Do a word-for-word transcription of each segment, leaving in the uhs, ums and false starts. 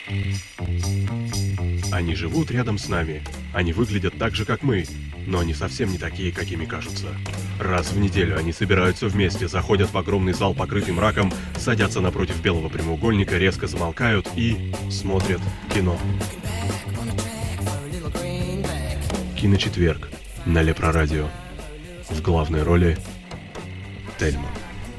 Они живут рядом с нами. Они выглядят так же, как мы, но они совсем не такие, какими кажутся. Раз в неделю они собираются вместе, заходят в огромный зал, покрытый мраком, садятся напротив белого прямоугольника, резко замолкают и смотрят кино. Киночетверг на Лепрорадио. В главной роли Тельман.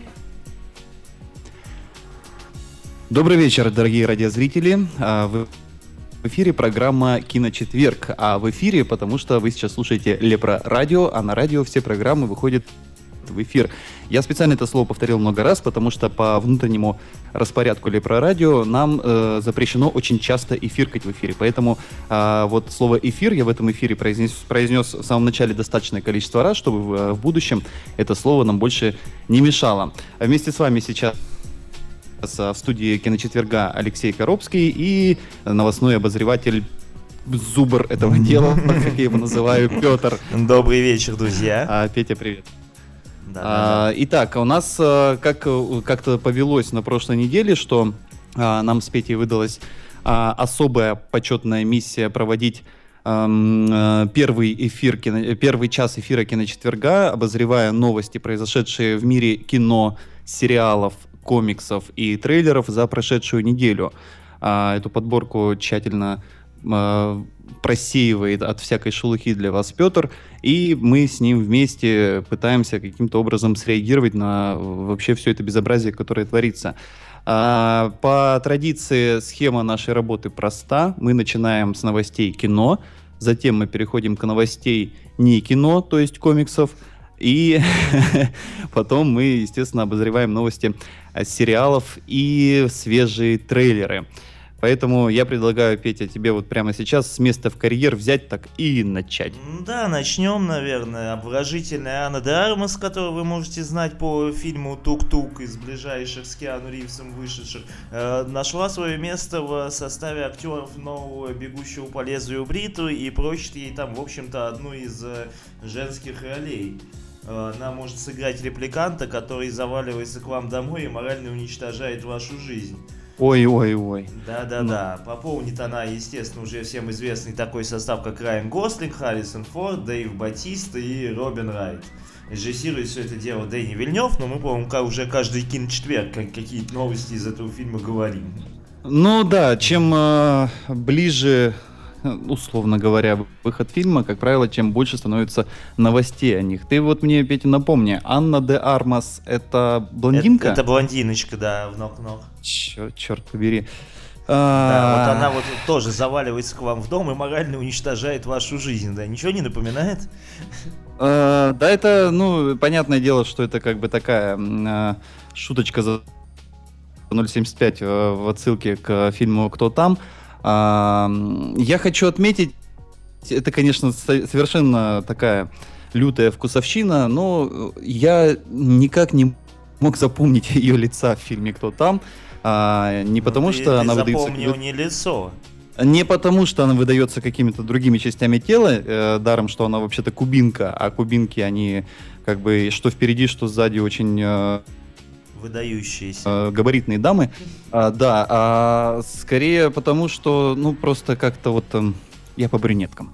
Добрый вечер, дорогие радиозрители. В эфире программа «Киночетверг». А в эфире, потому что вы сейчас слушаете Лепрорадио, а на радио все программы выходят в эфир. Я специально это слово повторил много раз, потому что по внутреннему распорядку Лепрорадио нам э, запрещено очень часто эфиркать в эфире. Поэтому э, вот слово «эфир» я в этом эфире произнес, произнес в самом начале достаточное количество раз, чтобы в, в будущем это слово нам больше не мешало. А вместе с вами сейчас в студии «Киночетверга» Алексей Коробский и новостной обозреватель, зубр этого дела, как я его называю, Петр. Добрый вечер, друзья. А, Петя, привет. Да, а, да. Итак, у нас как, как-то повелось на прошлой неделе, что а, нам с Петей выдалась а, особая почетная миссия проводить а, первый эфир, кино, первый час эфира «Киночетверга», обозревая новости, произошедшие в мире кино, сериалов, комиксов и трейлеров за прошедшую неделю. А, эту подборку тщательно а, просеивает от всякой шелухи для вас Петр, и мы с ним вместе пытаемся каким-то образом среагировать на вообще все это безобразие, которое творится. А, по традиции схема нашей работы проста. Мы начинаем с новостей кино, затем мы переходим к новостей не кино, то есть комиксов, и потом мы, естественно, обозреваем новости сериалов и свежие трейлеры. Поэтому я предлагаю, Петя, тебе вот прямо сейчас с места в карьер взять так и начать. Да, начнем, наверное. Обворожительная Анна де Армас, которую вы можете знать по фильму «Тук-тук» из ближайших с Киану Ривзом вышедших, э, нашла свое место в составе актеров нового «Бегущего по лезвию бритвы» и прочит ей там, в общем-то, одну из э, женских ролей. Она может сыграть репликанта, который заваливается к вам домой и морально уничтожает вашу жизнь. Ой-ой-ой. Да-да-да. Ну. Пополнит она, естественно, уже всем известный такой состав, как Райан Гослинг, Харрисон Форд, Дэйв Батиста и Робин Райт. Режиссирует все это дело Дэни Вильнёв, но мы, по-моему, уже каждый киночетверг какие-то новости из этого фильма говорим. Ну да, чем э, ближе, условно говоря, выход фильма, как правило, чем больше становится новостей о них. Ты вот мне, Петя, напомни, Анна де Армас — это блондинка? Это, это блондиночка, да, в ног-ног. Черт, черт побери. Да, а... вот она вот тоже заваливается к вам в дом и морально уничтожает вашу жизнь, да? Ничего не напоминает? А, да, это, ну, понятное дело, что это как бы такая а, шуточка за ноль семьдесят пять а, в отсылке к фильму «Кто там?». А, я хочу отметить, это, конечно, совершенно такая лютая вкусовщина, но я никак не мог запомнить ее лица в фильме «Кто там?». А, не потому, ну, что ты, она ты выдается... запомнил не лицо. Не потому, что она выдается какими-то другими частями тела, э, даром, что она вообще-то кубинка, а кубинки, они как бы что впереди, что сзади очень... Э, выдающиеся. Э, габаритные дамы. А, да, а скорее потому, что, ну, просто как-то вот... Э, я по брюнеткам.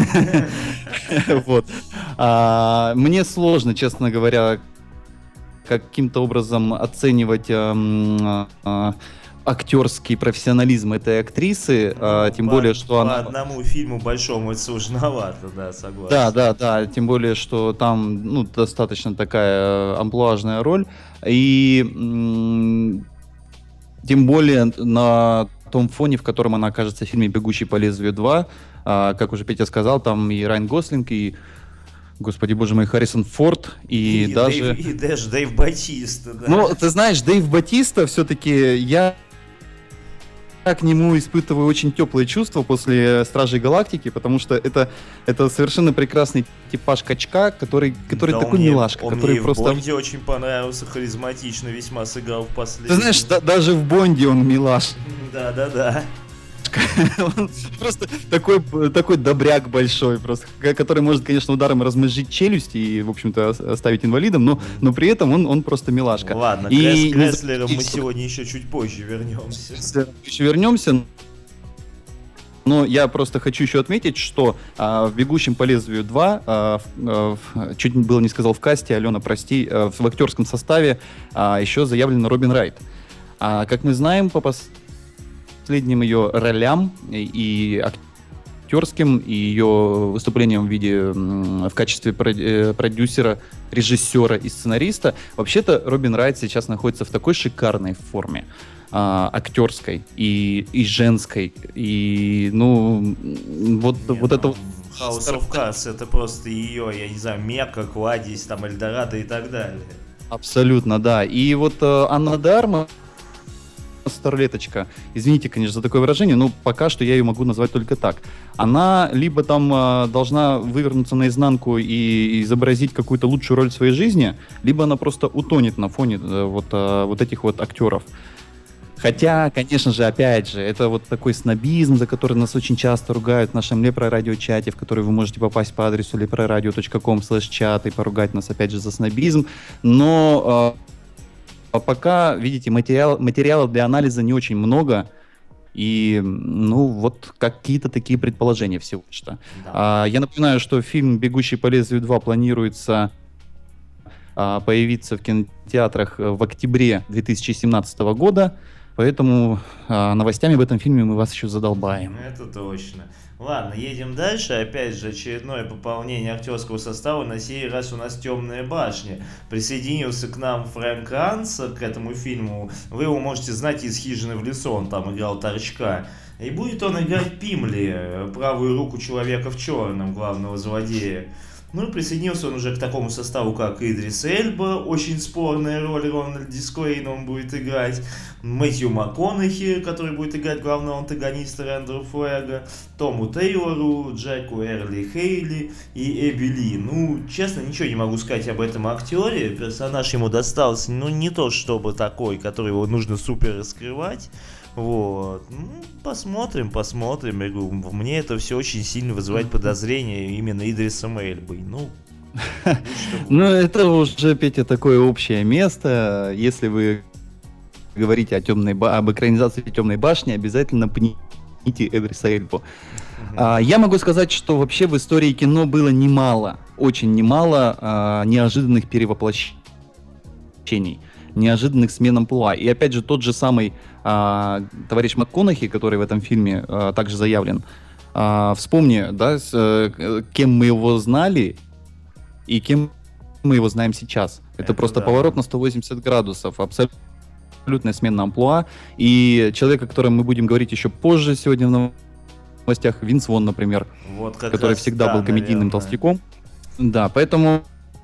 Вот. Мне сложно, честно говоря, каким-то образом оценивать э, э, актерский профессионализм этой актрисы, ну, э, тем по, более, что по она... По одному фильму большому это сложновато, да, согласен. Да, да, да, тем более, что там, ну, достаточно такая амплуажная роль, и м- тем более на том фоне, в котором она окажется в фильме «Бегущий по лезвию два», э, как уже Петя сказал, там и Райан Гослинг, и Господи боже мой, Харрисон Форд, и, и даже... Дэйв, и даже Дэйв Батиста, да. Ну, ты знаешь, Дэйв Батиста все-таки, я к нему испытываю очень теплые чувства после «Стражей Галактики», потому что это, это совершенно прекрасный типаж качка, который, который да такой мне, милашка. Он который мне просто... в Бонде очень понравился, харизматично весьма сыграл в последнем. Ты знаешь, да, даже в Бонде он милаш. Да-да-да. Он просто такой, такой добряк большой, просто, который может, конечно, ударом размозжить челюсть и, в общем-то, оставить инвалидом, но, но при этом он, он просто милашка. Ладно, и к Креслерам мы сегодня еще чуть позже вернемся. Еще вернемся, Но я просто хочу еще отметить, что а, в «Бегущем по лезвию два», а, в, а, чуть было не сказал в касте, Алена, прости, а, в актерском составе а, еще заявлена Робин Райт. А, как мы знаем, по последним ее ролям и, и актерским, и ее выступлением в виде в качестве продюсера, режиссера и сценариста, вообще-то Робин Райт сейчас находится в такой шикарной форме. А, актерской и, и женской, и, ну, вот, Не, вот ну, это... House of Cards — это просто ее, я не знаю, Мекка, Кладезь, там, Эльдорадо и так далее. Абсолютно, да. И вот э, Анна де Армас, старлеточка, извините, конечно, за такое выражение, но пока что я ее могу назвать только так. Она либо там э, должна вывернуться наизнанку и изобразить какую-то лучшую роль в своей жизни, либо она просто утонет на фоне э, вот, э, вот этих вот актеров. Хотя, конечно же, опять же, это вот такой снобизм, за который нас очень часто ругают в нашем лепрорадио-чате, в который вы можете попасть по адресу лепрорадио точка ком слэш чат и поругать нас опять же за снобизм. Но э, пока, видите, материал, материала для анализа не очень много. И, ну, вот какие-то такие предположения всего что. Да. А, я напоминаю, что фильм «Бегущий по лезвию два» планируется а, появиться в кинотеатрах в октябре две тысячи семнадцатого года. Поэтому а, новостями об этом фильме мы вас еще задолбаем. Это точно. Ладно, едем дальше. Опять же, очередное пополнение актерского состава. На сей раз у нас «Темная башня». Присоединился к нам Фрэнк Ранс к этому фильму. Вы его можете знать из «Хижины в лесу». Он там играл Торчка. И будет он играть Пимли, правую руку человека в черном, главного злодея. Ну и присоединился он уже к такому составу, как Идрис Эльба, очень спорная роль, Рональд Дискуэйна он будет играть, Мэтью МакКонахи, который будет играть главного антагониста Рэндалла Флэга, Тому Тейлору, Джеку Эрли Хейли и Эбби Ли. Ну, честно, ничего не могу сказать об этом актере, персонаж ему достался, ну, не то чтобы такой, который его нужно супер раскрывать. Вот. Ну, посмотрим, посмотрим. Я говорю, мне это все очень сильно вызывает подозрения именно Идрисом Эльбой. Ну, ну, это уже, Петя, такое общее место. Если вы говорите о темной, об экранизации «Темной башни», обязательно пните Идриса Эльбу. Uh-huh. Я могу сказать, что вообще в истории кино было немало, очень немало а, неожиданных перевоплощений, неожиданных смен амплуа. И опять же, тот же самый а, товарищ МакКонахи, который в этом фильме а, также заявлен, а, вспомни, да, с, а, кем мы его знали и кем мы его знаем сейчас. Это, Это просто да. поворот на сто восемьдесят градусов, абсолютная смена амплуа. И человек, о котором мы будем говорить еще позже сегодня в новостях, Винс Вон, например, вот который раз, всегда да, был комедийным наверное. толстяком. Да, поэтому,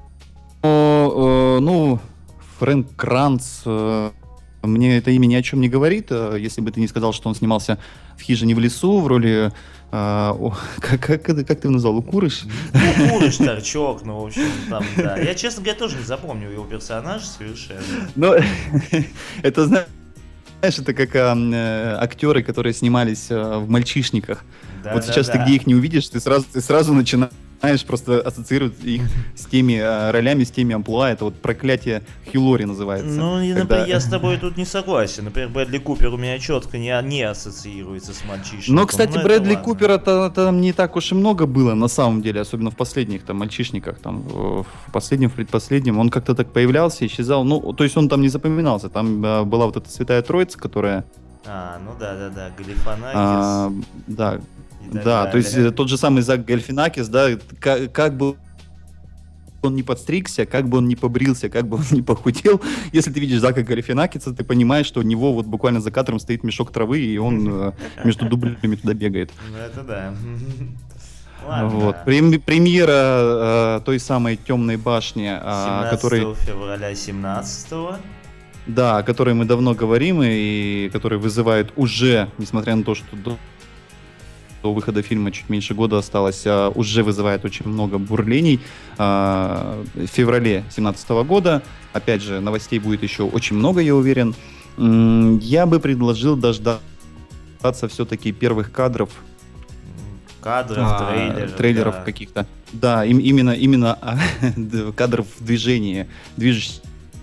э, ну... Фрэнк Ранс, э, мне это имя ни о чем не говорит, э, если бы ты не сказал, что он снимался в «Хижине в лесу» в роли... Э, о, как, как, как ты его назвал? Укурыш? Ну, Укурыш, Торчок, ну, в общем, там, да. Я, честно говоря, тоже не запомнил его персонажа совершенно. Но это, знаешь, это как э, актеры, которые снимались э, в «Мальчишниках». Да, вот да, сейчас да. ты где их не увидишь, ты сразу, ты сразу начинаешь... Знаешь, просто ассоциируют их с теми э, ролями, с теми амплуа. Это вот «Проклятие Хью Лори» называется. Ну, и, когда... например, я с тобой тут не согласен. Например, Брэдли Купер у меня четко не, не ассоциируется с «Мальчишником». Но, кстати, ну, Брэдли Купера-то там не так уж и много было, на самом деле. Особенно в последних там «Мальчишниках». Там, в последнем, в предпоследнем. Он как-то так появлялся, исчезал. Ну, то есть он там не запоминался. Там э, была вот эта Святая Троица, которая... А, ну да-да-да, Галифанакис. А, да. Да, далее. то есть тот же самый Зак Галифианакис, да, как, как бы он не подстригся, как бы он не побрился, как бы он не похудел, если ты видишь Зака Галифианакиса, ты понимаешь, что у него вот буквально за кадром стоит мешок травы, и он между дублями туда бегает. Ну это да. Вот. Премьера той самой «Темной башни», которой... семнадцатого февраля семнадцатого. Да, о которой мы давно говорим, и который вызывает уже, несмотря на то, что до до выхода фильма чуть меньше года осталось, а, уже вызывает очень много бурлений. А, в феврале семнадцатого года, опять же, новостей будет еще очень много, я уверен. М- я бы предложил дождаться все-таки первых кадров. Кадров, а, трейлеров. Трейлеров да. каких-то. Да, им, именно, именно кадров движения, движущихся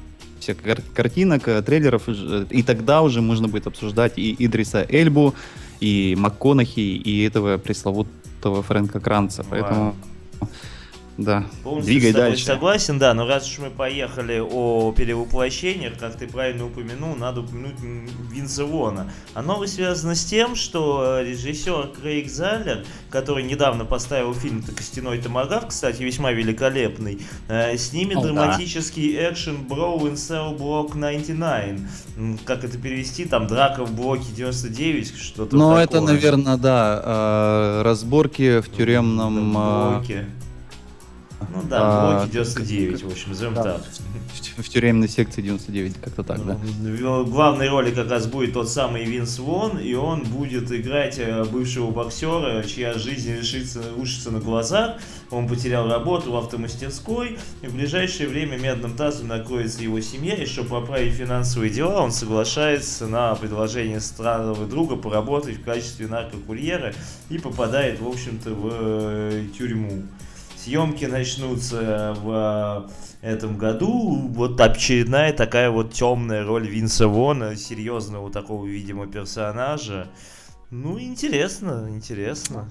кар- картинок, трейлеров. И тогда уже можно будет обсуждать и Идриса Эльбу, и МакКонахи, и этого пресловутого Фрэнка Кранца. Поэтому... Да, полностью двигай с тобой дальше. Согласен, да, но раз уж мы поехали о перевоплощениях, как ты правильно упомянул, надо упомянуть Винса Вона. Оно связано с тем, что режиссер Крейг Заллер, который недавно поставил фильм «Костяной томагавк», кстати, весьма великолепный, э, снимет О, драматический экшен Brawl in Cell Block девяносто девять. Как это перевести? Там драка в блоке девяносто девять, что-то Ну, такое. это, наверное, да, э, разборки в тюремном... В блоке. Ну да, в блоке девяносто девять, в общем, назовем да, так. В, в тюремной секции девяносто девять, как-то так, да. В главной роли как раз будет тот самый Винс Вон, и он будет играть бывшего боксера, чья жизнь решится, рушится на глазах. Он потерял работу в автомастерской, и в ближайшее время медным тазом накроется его семья, и чтобы поправить финансовые дела, он соглашается на предложение странного друга поработать в качестве наркокурьера и попадает, в общем-то, в тюрьму. Съемки начнутся в этом году. Вот очередная такая вот темная роль Винса Вона, серьезного такого, видимо, персонажа. Ну, интересно, интересно.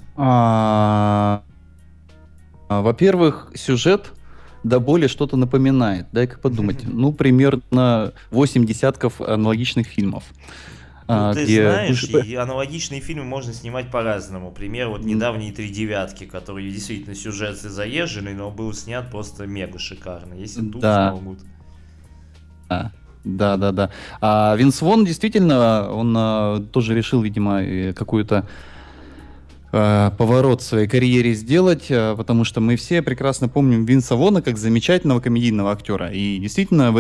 А, во-первых, сюжет до боли что-то напоминает. Дай-ка подумать. Ну, примерно восемь десятков аналогичных фильмов. Ну, ты где... знаешь, и аналогичные фильмы можно снимать по-разному. Пример, вот недавние «Три девятки», которые действительно сюжет заезженный, но был снят просто мега шикарно. Если тут да. смогут. Да, да, да. да. А Винс Вон действительно, он а, тоже решил, видимо, какую-то а, поворот в своей карьере сделать, а, потому что мы все прекрасно помним Винса Вона как замечательного комедийного актера. И действительно, в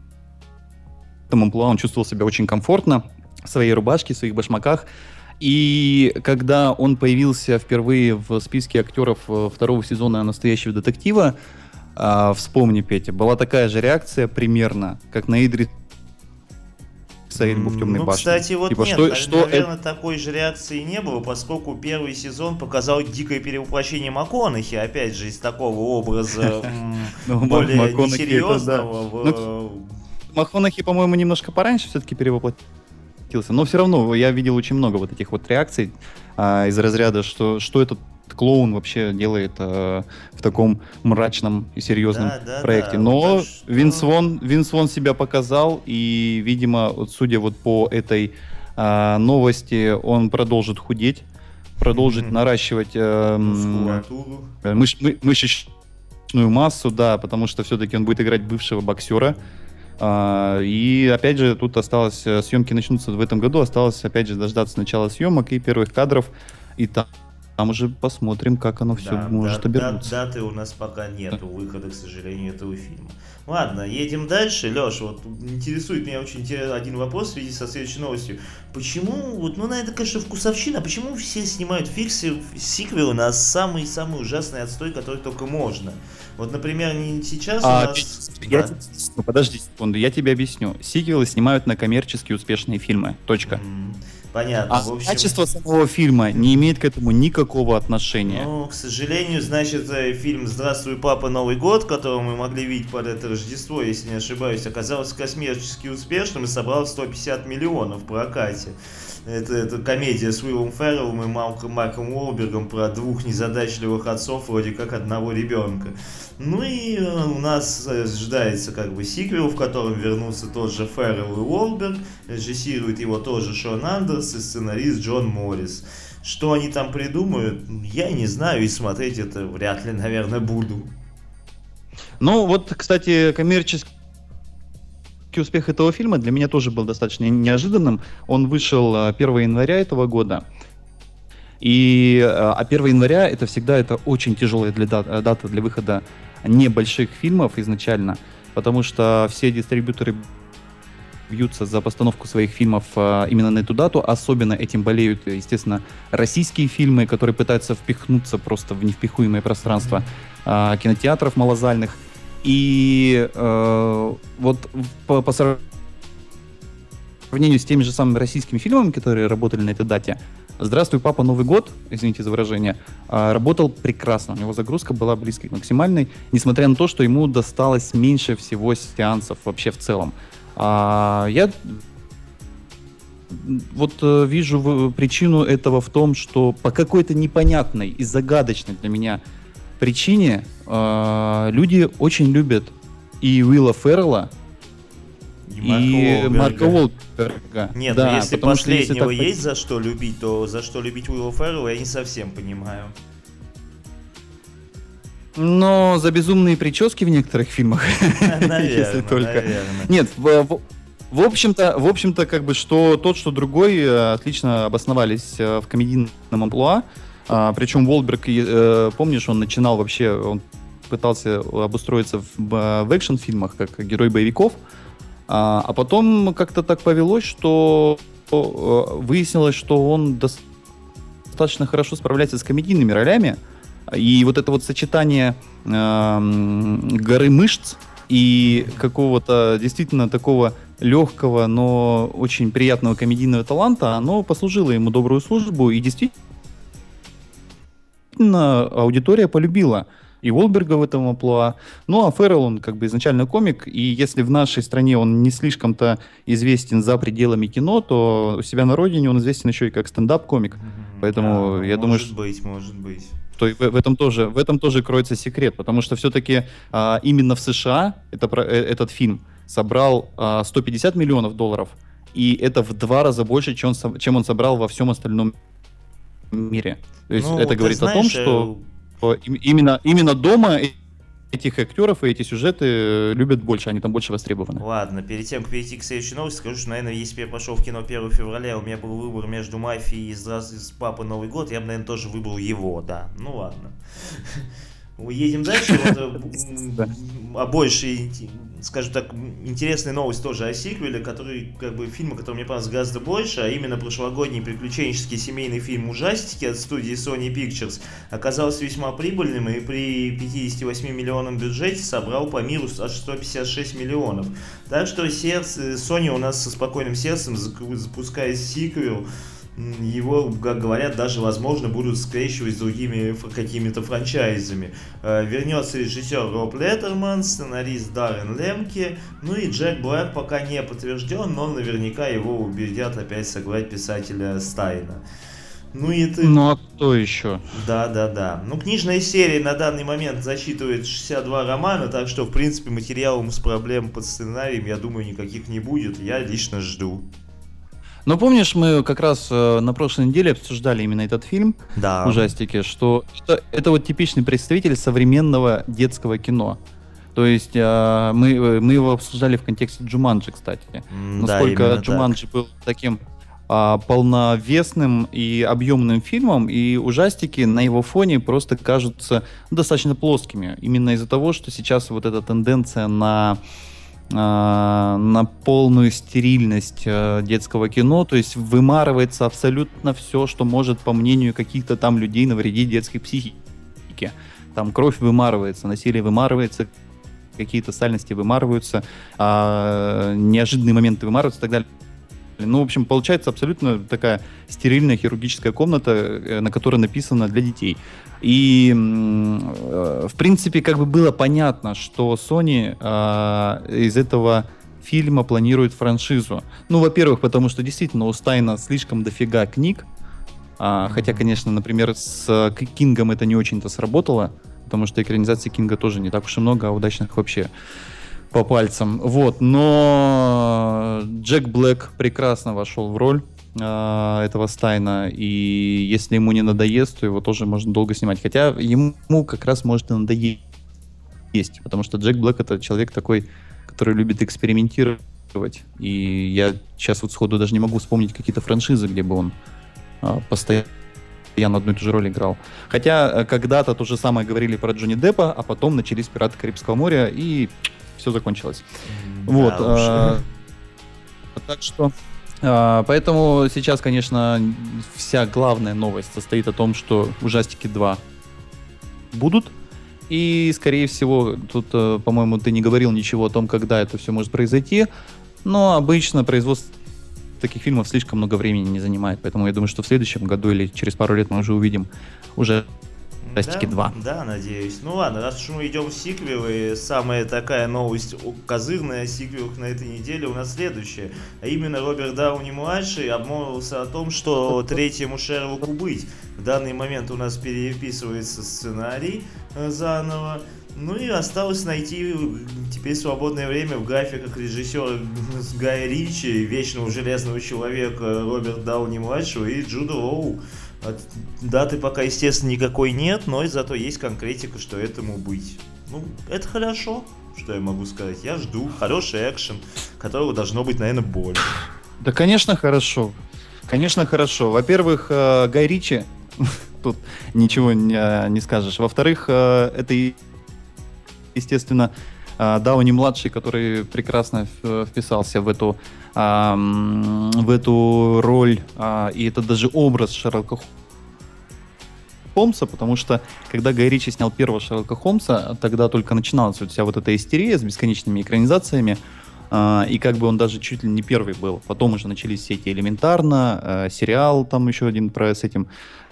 этом амплуа он чувствовал себя очень комфортно в своей рубашке, в своих башмаках. И когда он появился впервые в списке актеров второго сезона «Настоящего детектива», э, вспомни, Петя, была такая же реакция примерно, как на Идриса Эльбу в «Темной ну, башне». кстати, вот типа, нет, что, что наверное, это... такой же реакции не было, поскольку первый сезон показал дикое перевоплощение МакКонахи, опять же, из такого образа более несерьезного. МакКонахи, по-моему, немножко пораньше все-таки перевоплотился. Но все равно я видел очень много вот этих вот реакций а, из разряда, что, что этот клоун вообще делает а, в таком мрачном и серьезном да, да, проекте. да, Но вот что... Винс Вон, Винс Вон себя показал, и, видимо, вот, судя вот по этой а, новости, он продолжит худеть, продолжит mm-hmm. наращивать а, мускулатуру, мыш, мы, мышечную массу, да, потому что все-таки он будет играть бывшего боксера. Uh, и опять же, тут осталось, съемки начнутся в этом году, осталось опять же дождаться начала съемок и первых кадров, и там, там уже посмотрим, как оно все да, может да, обернуться. Да, даты у нас пока нету выхода, к сожалению, этого фильма. Ладно, едем дальше. Леш, вот интересует меня очень один вопрос в связи со следующей новостью. Почему, вот, ну, это, конечно, вкусовщина, почему все снимают фиксы, сиквелы на самый-самый ужасный отстой, который только можно? Вот, например, не сейчас а, у нас... Я, да. ну, подожди секунду, я тебе объясню. Сиквелы снимают на коммерчески успешные фильмы. Точка. Mm, понятно. А в общем... качество самого фильма не имеет к этому никакого отношения. Ну, к сожалению, значит, фильм «Здравствуй, папа, Новый год», который мы могли видеть под это Рождество, если не ошибаюсь, оказался коммерчески успешным и собрал сто пятьдесят миллионов в прокате. Это, это комедия с Уиллом Ферреллом и Малком, Марком Уолбергом про двух незадачливых отцов, вроде как одного ребенка. Ну и э, у нас ожидается как бы сиквел, в котором вернутся тот же Феррелл и Уолберг, режиссирует его тоже Шон Андерс и сценарист Джон Моррис. Что они там придумают, я не знаю, и смотреть это вряд ли, наверное, буду. Ну вот, кстати, коммерческий успех этого фильма для меня тоже был достаточно неожиданным. Он вышел первого января этого года. И, а первого января это всегда это очень тяжелая для дата, дата для выхода небольших фильмов изначально, потому что все дистрибьюторы бьются за постановку своих фильмов а, именно на эту дату. Особенно этим болеют, естественно, российские фильмы, которые пытаются впихнуться просто в невпихуемое пространство а, кинотеатров малозальных. И э, вот по, по сравнению с теми же самыми российскими фильмами, которые работали на этой дате, «Здравствуй, папа, Новый год», извините за выражение, э, работал прекрасно. У него загрузка была близкой к максимальной, несмотря на то, что ему досталось меньше всего сеансов вообще в целом. А я вот э, вижу в, причину этого в том, что по какой-то непонятной и загадочной для меня причине э, люди очень любят и Уилла Феррелла, И и Марка Марка Уолберга. Уолберга. Нет, да, ну если потому что если последнего так есть за что любить, то за что любить Уилла Феррелла я не совсем понимаю. Но за безумные прически в некоторых фильмах, если Наверное, только. наверное. Нет, в, в- в общем-то, в общем-то, как бы что тот, что другой э, отлично обосновались э, в комедийном амплуа. А, причем Уолберг, э, помнишь, он начинал вообще, он пытался обустроиться в, б- в экшн-фильмах как герой боевиков, а, а потом как-то так повелось, что э, выяснилось, что он дос- достаточно хорошо справляется с комедийными ролями. И вот это вот сочетание эм, горы мышц и какого-то действительно такого легкого, но очень приятного комедийного таланта, оно послужило ему добрую службу, и действительно аудитория полюбила и Уолберга в этом амплуа. Ну, а Феррелл, он как бы изначально комик, и если в нашей стране он не слишком-то известен за пределами кино, то у себя на родине он известен еще и как стендап-комик. Поэтому А, я думаю, может быть, может быть. что в, в этом тоже, в этом тоже кроется секрет, потому что все-таки а, именно в США это, про- э, этот фильм собрал а, сто пятьдесят миллионов долларов, и это в два раза больше, чем он, со- чем он собрал во всем остальном мире. То есть Ну, это ты говорит о том, знаешь, что э, им- именно, именно дома э- этих актеров и эти сюжеты э, любят больше, они там больше востребованы. Ладно, перед тем, как перейти к следующей новости, скажу, что, наверное, если бы я пошел в кино первого февраля, у меня был выбор между «Мафией» и «Здравствуй, папа, Новый год», я бы, наверное, тоже выбрал его, да. Ну ладно. Едем дальше. Вот, э, а больше, скажем так, интересная новость тоже о сиквеле, который, как бы, фильма, который мне понравился гораздо больше, а именно прошлогодний приключенческий семейный фильм «Ужастики» от студии Sony Pictures оказался весьма прибыльным и при пятидесяти восьми миллионном бюджете собрал по миру аж сто пятьдесят шесть миллионов. Так что сердце, Sony у нас со спокойным сердцем зак- запускает сиквел. Его, как говорят, даже, возможно, будут скрещивать с другими ф- какими-то франчайзами. Э, Вернется режиссер Роб Леттерман, сценарист Даррен Лемке, ну и Джек Блэк пока не подтвержден, но наверняка его убедят опять сыграть писателя Стайна. Ну и ты... Ну а кто еще? Да, да, да. Ну, книжная серия на данный момент засчитывает шестьдесят два романа, так что, в принципе, материалом с проблем под сценарием, я думаю, никаких не будет. Я лично жду. Но помнишь, мы как раз э, на прошлой неделе обсуждали именно этот фильм, Да. ужастики, что это, это вот типичный представитель современного детского кино. То есть э, мы, мы его обсуждали в контексте Джуманджи, кстати. М, да, Насколько именно Джуманджи был таким а, полновесным и объемным фильмом, и ужастики на его фоне просто кажутся достаточно плоскими. Именно из-за того, что сейчас вот эта тенденция на а, на полную стерильность а, детского кино, то есть вымарывается абсолютно все, что может, по мнению каких-то там людей, навредить детской психике. Там кровь вымарывается, насилие вымарывается, какие-то сальности вымарываются, а, неожиданные моменты вымарываются и так далее. Ну, в общем, получается абсолютно такая стерильная хирургическая комната, э, на которой написано для детей. И, м, э, в принципе, как бы было понятно, что Sony э, из этого фильма планирует франшизу. Ну, во-первых, потому что действительно у Стайна слишком дофига книг. А, хотя, конечно, например, с э, К- Кингом это не очень-то сработало, потому что экранизаций Кинга тоже не так уж и много, а удачных вообще по пальцам. Вот, но Джек Блэк прекрасно вошел в роль э, этого Стайна, и если ему не надоест, то его тоже можно долго снимать. Хотя ему как раз может и надоесть, потому что Джек Блэк — это человек такой, который любит экспериментировать. И я сейчас вот сходу даже не могу вспомнить какие-то франшизы, где бы он э, постоянно одну и ту же роль играл. Хотя э, когда-то то же самое говорили про Джонни Деппа, а потом начались «Пираты Карибского моря», и все закончилось. Да Вот. уж. а, так что... а, поэтому сейчас, конечно, вся главная новость состоит о том, что «Ужастики два» будут. И, скорее всего, тут, э, по-моему, ты не говорил ничего о том, когда это все может произойти. Но обычно производство таких фильмов слишком много времени не занимает. Поэтому я думаю, что в следующем году или через пару лет мы уже увидим уже Фантастики да, два. Да, надеюсь. Ну ладно, раз уж мы идем в сиквелы, самая такая новость козырная о сиквелах на этой неделе у нас следующая. А именно Роберт Дауни-младший обмолвился о том, что третьему Шерлоку быть. В данный момент у нас переписывается сценарий заново. Ну и осталось найти теперь свободное время в графиках режиссера Гая Ричи, вечного железного человека Роберта Дауни-младшего и Джуда Лоу. Даты пока, естественно, никакой нет, но зато есть конкретика, что этому быть. Ну, это хорошо, что я могу сказать. Я жду хороший экшен, которого должно быть, наверное, больше. Да, конечно, хорошо. Конечно, хорошо. Во-первых, Гай Ричи, тут ничего не, не скажешь. Во-вторых, это, естественно, Дауни-младший, который прекрасно вписался в эту, в эту роль, и это даже образ Шерлока Холмса, потому что, когда Гай Ричи снял первого Шерлока Холмса, тогда только начиналась вся вот эта истерия с бесконечными экранизациями, и как бы он даже чуть ли не первый был. Потом уже начались все эти «Элементарно», сериал там еще один про с этим,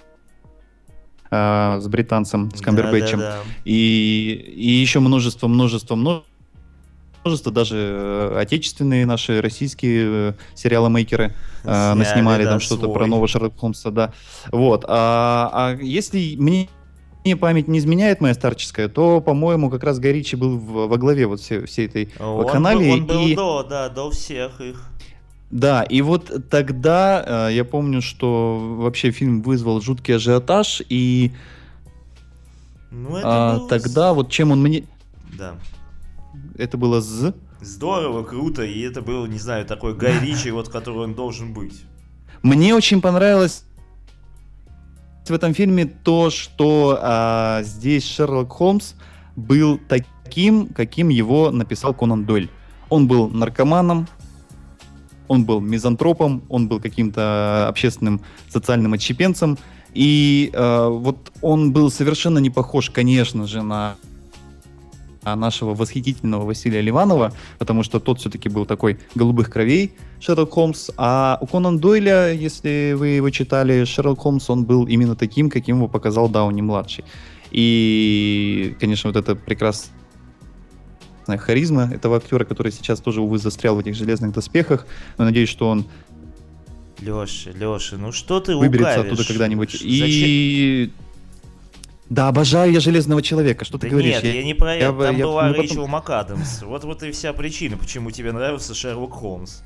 с британцем, с Камбербэтчем, да, да, да. И, и еще множество, множество, множество, даже отечественные наши российские сериаломейкеры э, наснимали да, там что-то свой. Про нового Шерлока Холмса, да. Вот. А, а если мне память не изменяет моя старческая, то, по-моему, как раз Гай Ричи был в, во главе вот всей, всей этой вакханалии. Он, он был и... до, да, до всех их. Да, и вот тогда э, я помню, что вообще фильм вызвал жуткий ажиотаж, и ну, это э, было... тогда вот чем он мне... Да. Это было з... Здорово, круто, и это был, не знаю, такой Гай Ричи, вот, который он должен быть. Мне очень понравилось в этом фильме то, что э, здесь Шерлок Холмс был таким, каким его написал Конан Дойль. Он был наркоманом, он был мизантропом, он был каким-то общественным социальным отщепенцем, и э, вот он был совершенно не похож, конечно же, на нашего восхитительного Василия Ливанова, потому что тот все-таки был такой голубых кровей, Шерлок Холмс, а у Конан Дойля, если вы его читали, Шерлок Холмс, он был именно таким, каким его показал Дауни-младший. И, конечно, вот это прекрасное харизма этого актера, который сейчас тоже, увы, застрял в этих железных доспехах. Но надеюсь, что он Леша, Леша, ну что ты выберется лукавишь? оттуда когда-нибудь. Зачем? И да, обожаю я Железного Человека. Что ты да говоришь? Нет, я, я не про это. Там я, была я, Рэйчел потом... МакАдамс. Вот, вот и вся причина, почему тебе нравился Шерлок Холмс.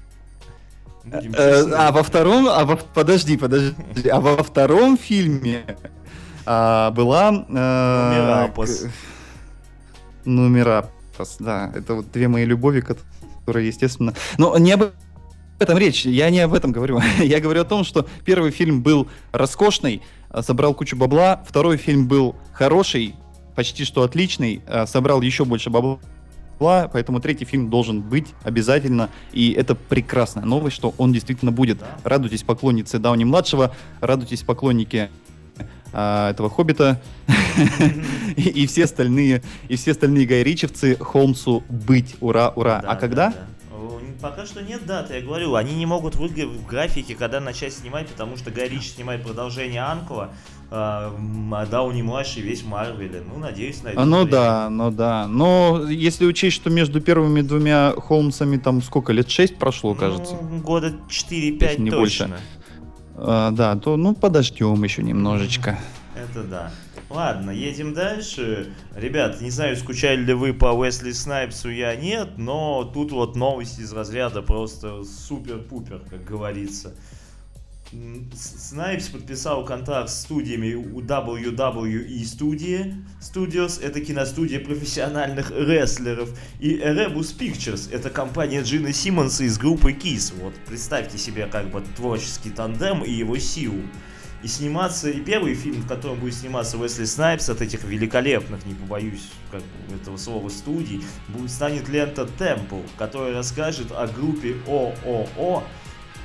А во втором, а во, подожди, подожди, а во втором фильме а, была Нумерапос. Нумерапос, да, это вот две мои любови, которые, естественно, но не об этом речь, я не об этом говорю, я говорю о том, что первый фильм был роскошный, собрал кучу бабла, второй фильм был хороший, почти что отличный, собрал еще больше бабла. Поэтому третий фильм должен быть обязательно, и это прекрасная новость, что он действительно будет. Да. Радуйтесь, поклонницы Дауни-младшего, радуйтесь, поклонники а, этого Хоббита, и все остальные, и все остальные гайричевцы, Холмсу быть, ура, ура. А когда? Пока что нет даты, я говорю, они не могут выиграть в графике, когда начать снимать, потому что Гай Ричи снимает продолжение Анкла, а Дауни-младший весь в Марвеле. Ну, надеюсь, найдут. Ну время. да, ну да. Но если учесть, что между первыми двумя Холмсами там сколько, лет шесть прошло, кажется? Ну, года четыре-пять не точно. Больше. А, да, то ну подождем еще немножечко. Это да. Ладно, едем дальше. Ребят, не знаю, скучали ли вы по Уэсли Снайпсу, я нет, но тут вот новость из разряда просто супер-пупер, как говорится. Снайпс подписал контракт с студиями дабл ю дабл ю и Studio, Studios, это киностудия профессиональных рестлеров, и Erebus Pictures, это компания Джина Симмонса из группы Kiss. Вот представьте себе как бы творческий тандем и его силу. И сниматься, и первый фильм, в котором будет сниматься Уэсли Снайпс, от этих великолепных, не побоюсь как бы, этого слова, студий, будет, станет лента Temple, которая расскажет о группе ООО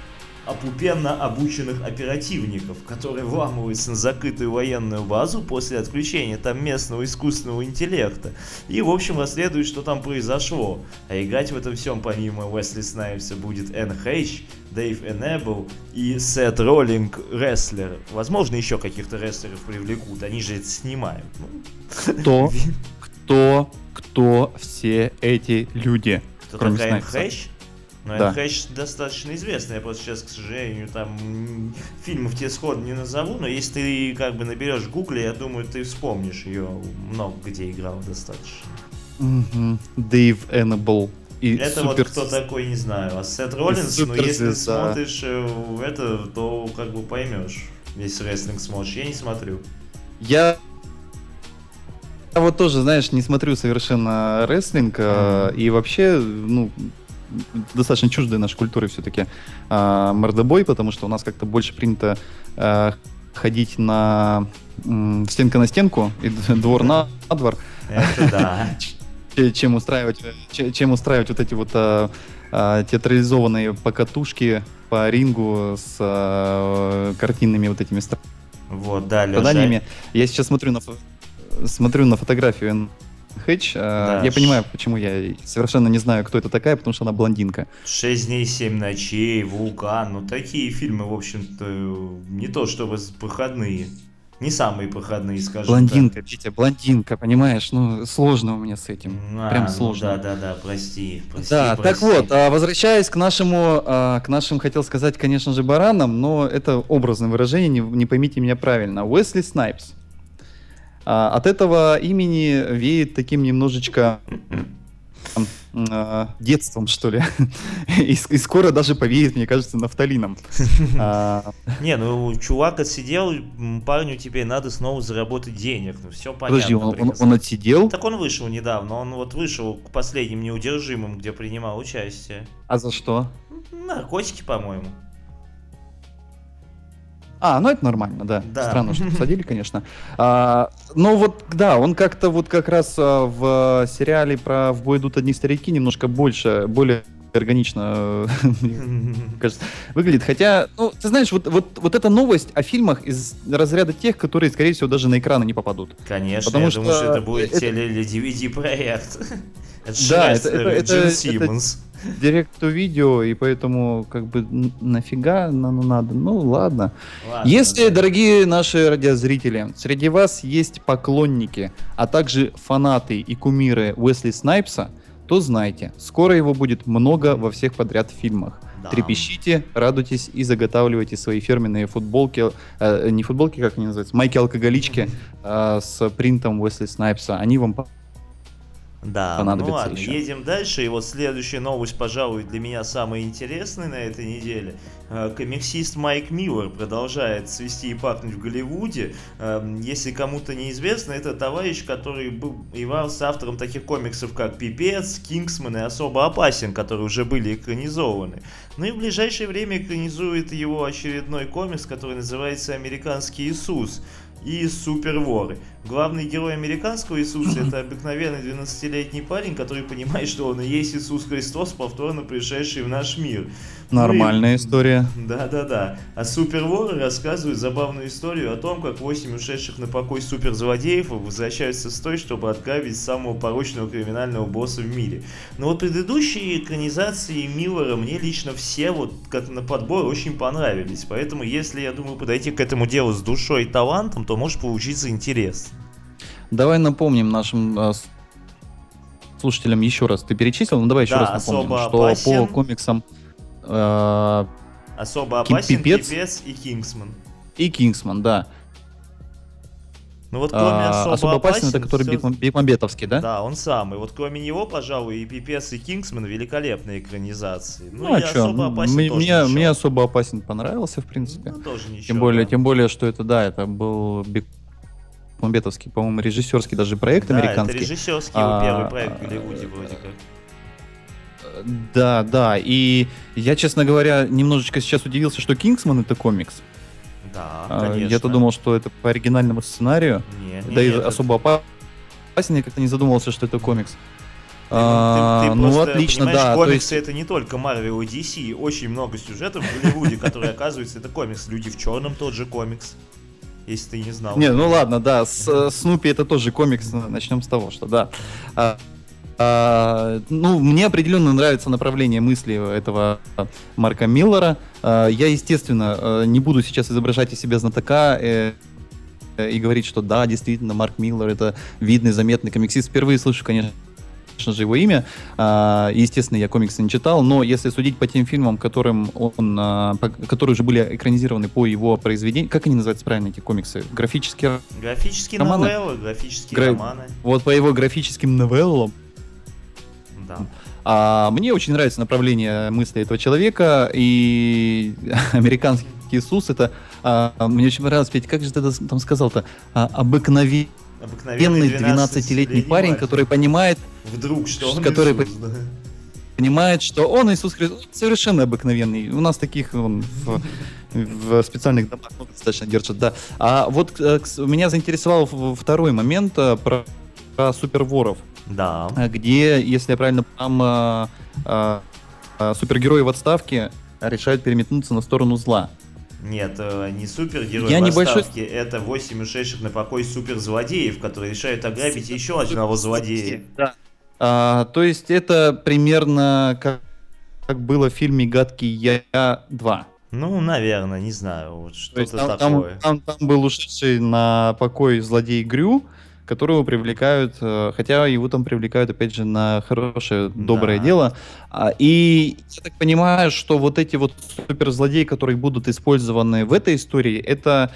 опупенно обученных оперативников, которые вламываются на закрытую военную базу после отключения там местного искусственного интеллекта и, в общем, расследуют, что там произошло. А играть в этом всем помимо Уэсли Снайпса будет Энн Хэч, Дэйв Эннебл и Сет Роллинг, рестлер. Возможно, еще каких-то рестлеров привлекут, они же это снимают. Кто, кто, кто все эти люди? Кто кроме такая Энн Снайпса? Хэч? Но Да. Энн Хэч достаточно известная, я просто сейчас, к сожалению, там м, фильмов тебе сходу не назову, но если ты как бы наберешь в гугле, я думаю, ты вспомнишь ее, много где играла достаточно. Мгм. Дэйв Эннебл. И Это супер... вот кто такой, не знаю. А Сет Роллинс, ну если суперзвезда. смотришь э, в это, то как бы поймешь, если рестлинг смотришь. Я не смотрю. Я Я вот тоже, знаешь, не смотрю совершенно рестлинг, э, и вообще, ну, достаточно чуждой нашей культуры все-таки э, мордобой, потому что у нас как-то больше принято э, ходить на м, стенка на стенку и двор на двор, Это да. ч- чем устраивать, ч- чем устраивать вот эти вот э, э, театрализованные покатушки по рингу с э, картинными вот этими Вот, да, страданиями. Леша. Я сейчас смотрю на, фо- смотрю на фотографию Энн Хэч. э, Да, я ш- понимаю, почему я совершенно не знаю, кто это такая, потому что она блондинка. «Шесть дней, семь ночей», «Вулкан». Ну, такие фильмы, в общем-то, не то чтобы с- проходные. Не самые проходные, скажем Блондинка, Петя, блондинка, понимаешь? Ну, сложно у меня с этим. так. А, Прям ну сложно. да-да-да, прости, прости, Да, так прости. вот, а, возвращаясь к нашему, а, к нашим, хотел сказать, конечно же, баранам, но это образное выражение, не, не поймите меня правильно. Уэсли Снайпс. А, от этого имени веет таким немножечко а, детством, что ли. И, с- и скоро даже повеет, мне кажется, нафталином. А, Не, ну чувак отсидел, м, парню теперь надо снова заработать денег. Ну все понятно. подожди, он, он- прекрасно. он отсидел? Так он вышел недавно, он вот вышел к последним неудержимым, где принимал участие. А за что? Наркотики, по-моему. А, ну это нормально, да. Да. Странно, что посадили, конечно. А, но вот, да, он как-то вот как раз а, в сериале про «В бой идут одни старики» немножко больше, более органично, э, мне кажется, выглядит. Хотя, ну, ты знаешь, вот, вот, вот эта новость о фильмах из разряда тех, которые, скорее всего, даже на экраны не попадут. Конечно, Потому я что думаю, что это будет это- теле- или ди ви ди-проект. Это же Да, это- рестлер это- это- Джин это- Симмонс. Директ-то-видео, и поэтому, как бы, н- нафига нам надо? Ну, ладно. Ладно, Если, да. дорогие наши радиозрители, среди вас есть поклонники, а также фанаты и кумиры Уэсли Снайпса, то знайте, скоро его будет много во всех подряд фильмах. Да. Трепещите, радуйтесь и заготавливайте свои фирменные футболки, э, не футболки, как они называются, майки-алкоголички э, с принтом Уэсли Снайпса. Они вам по- Да, ну понадобится ладно, еще. едем дальше. И вот следующая новость, пожалуй, для меня самая интересная на этой неделе. Э, Комиксист Майк Миллер продолжает цвести и пахнуть в Голливуде. Эм, Если кому-то неизвестно, это товарищ, который был являлся автором таких комиксов, как «Пипец», «Кингсман» и «Особо опасен», которые уже были экранизованы. Ну и в ближайшее время экранизует его очередной комикс, который называется «Американский Иисус» и «Суперворы». Главный герой американского Иисуса — это обыкновенный двенадцатилетний парень, который понимает, что он и есть Иисус Христос, повторно пришедший в наш мир. Нормальная Ну и- история. Да-да-да. А суперворы рассказывают забавную историю о том, как восемь ушедших на покой суперзлодеев возвращаются с той, чтобы отграбить самого порочного криминального босса в мире. Но вот предыдущие экранизации Миллера мне лично все вот как на подбор очень понравились. Поэтому если, я думаю, подойти к этому делу с душой и талантом, то может получиться интересно. Давай напомним нашим э, с- слушателям еще раз. Ты перечислил? Ну давай еще Да, раз напомним, «Особо что опасен». по комиксам э, Особо Ким- опасен Пипец. Пипец и Кингсман. и Кингсман, да. Ну вот кроме А, особо, особо опасен, опасен, это который всё- Бекмам- Бекмамбетовский, да? Да, он самый. Вот кроме него, пожалуй, и Пипец, и Кингсман великолепные экранизации. Ну, Ну, а и чё, особо опасен мне, тоже мне, ничего. мне особо опасен понравился, в принципе. Ну, тоже ничего. Тем более, да. тем более, что это, да, это был Бекмамбетовский, по-моему, режиссерский даже проект Да, американский. это режиссерский его А, первый проект в Голливуде вроде как. Да, да, и я, честно говоря, немножечко сейчас удивился, что Кингсман — это комикс. Да, А, конечно. Я-то думал, что это по оригинальному сценарию. Не, не, Да и это- особо опасен, я как-то не задумывался, что это комикс. А, ты, ты, ты ну, просто отлично, понимаешь, да. комиксы То есть... это не только Marvel и ди си, очень много сюжетов в Голливуде, которые, оказывается, это комикс. Люди в черном тот же комикс, если ты не знал. Не, ну ладно, да, с, Снупи это тоже комикс, начнем с того, что да. А, а, ну, мне определенно нравится направление мысли этого Марка Миллера. А, я, естественно, не буду сейчас изображать из себя знатока э, и говорить, что да, действительно, Марк Миллер это видный, заметный комиксист. Впервые слышу, конечно, же его имя. А, естественно, я комиксы не читал, но если судить по тем фильмам, которым он, а, по, которые уже были экранизированы по его произведению, как они называются правильно, эти комиксы? Графические Графические романы? новеллы, графические Гра... романы. Вот по его графическим новеллам. Да. А, мне очень нравится направление мысли этого человека, и американский Иисус, это а, мне очень понравилось, Петь, как же ты там сказал-то? А, обыкновенный Обыкновенный двенадцатилетний парень, мальчик, который понимает, вдруг, что он который Иисус, да? понимает, что он Иисус Христос, совершенно обыкновенный. У нас таких он в, в специальных домах достаточно держат, да. А вот меня заинтересовал второй момент про, про суперворов. Да. Где, если я правильно там а, а, а, супергерои в отставке решают переметнуться на сторону зла. Нет, не супергерой я в небольшой... отставке, это восемь ушедших на покой суперзлодеев, которые решают ограбить еще одного злодея. Да. А, то есть это примерно как, как было в фильме «Гадкий я два». Ну, наверное, не знаю, вот что-то там, такое. Там, там, там был ушедший на покой злодей Грю, которого привлекают, хотя его там привлекают, опять же, на хорошее, доброе да. дело. И я так понимаю, что вот эти вот суперзлодеи, которые будут использованы в этой истории, это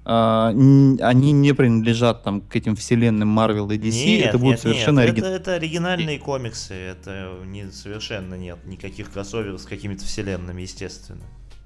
они не принадлежат там к этим вселенным Marvel и ди си. Нет, это будут нет, совершенно нет. оригин... это, это оригинальные комиксы, это не, совершенно нет никаких кроссоверов с какими-то вселенными, естественно.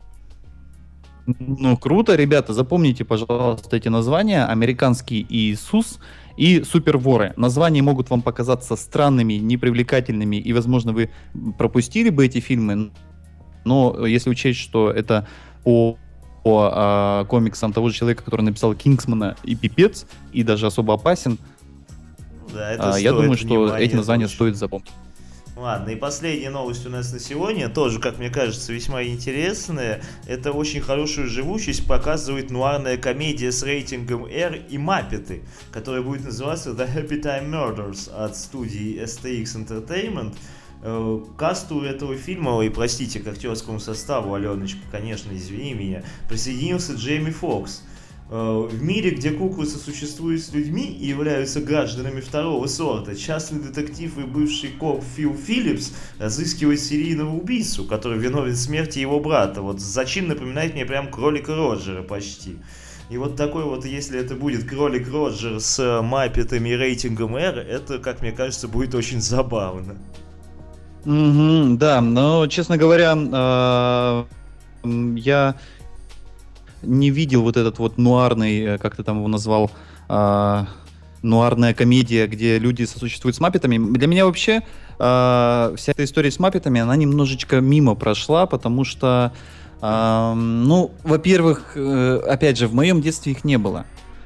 Ну, круто, ребята, запомните, пожалуйста, эти названия. Американский Иисус и Суперворы. Названия могут вам показаться странными, непривлекательными, и, возможно, вы пропустили бы эти фильмы, но если учесть, что это по, по а, комиксам того же человека, который написал «Кингсмана» и «Пипец», и даже «Особо опасен», да, это а, я думаю, что внимания, эти названия точно. Стоит запомнить. Ладно, и последняя новость у нас на сегодня, тоже, как мне кажется, весьма интересная. Это очень хорошую живучесть показывает нуарная комедия с рейтингом R и Маппеты, которая будет называться The Happy Time Murders от студии эс ти экс Entertainment. К касту этого фильма, и простите, к актерскому составу, Аленочка, конечно, извини меня, присоединился Джейми Фокс. В мире, где куклы сосуществуют с людьми и являются гражданами второго сорта, частный детектив и бывший коп Фил Филлипс разыскивает серийного убийцу, который виновен в смерти его брата. Вот зачин напоминает мне прям кролика Роджера почти. И вот такой вот, если это будет кролик Роджер с маппетами и рейтингом R, это, как мне кажется, будет очень забавно. Mm-hmm, да, но, честно говоря, э- я... не видел вот этот вот нуарный, как ты там его назвал, э, нуарная комедия, где люди сосуществуют с маппетами. Для меня вообще э, вся эта история с маппетами, она немножечко мимо прошла, потому что, э, ну, во-первых, э, опять же, в моем детстве их не было.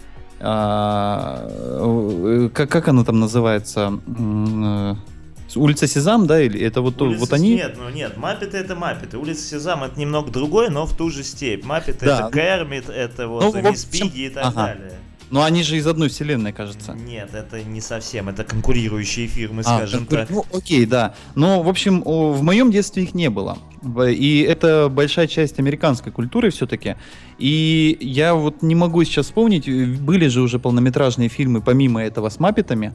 Э, как, как она там называется? Э, Улица Сезам, да, или это вот, Улица... вот они? Нет, ну нет, Маппеты это Маппеты. Улица Сезам это немного другое, но в ту же степь. Маппеты да. это Кермит, это вот ну, Мисс Пигги и так ага. далее. Но они же из одной вселенной, кажется. Нет, это не совсем, это конкурирующие фирмы, а, скажем конкур... так. Ну, окей, да. Но, в общем, в моем детстве их не было. И это большая часть американской культуры все-таки. И я вот не могу сейчас вспомнить, были же уже полнометражные фильмы помимо этого с Маппетами.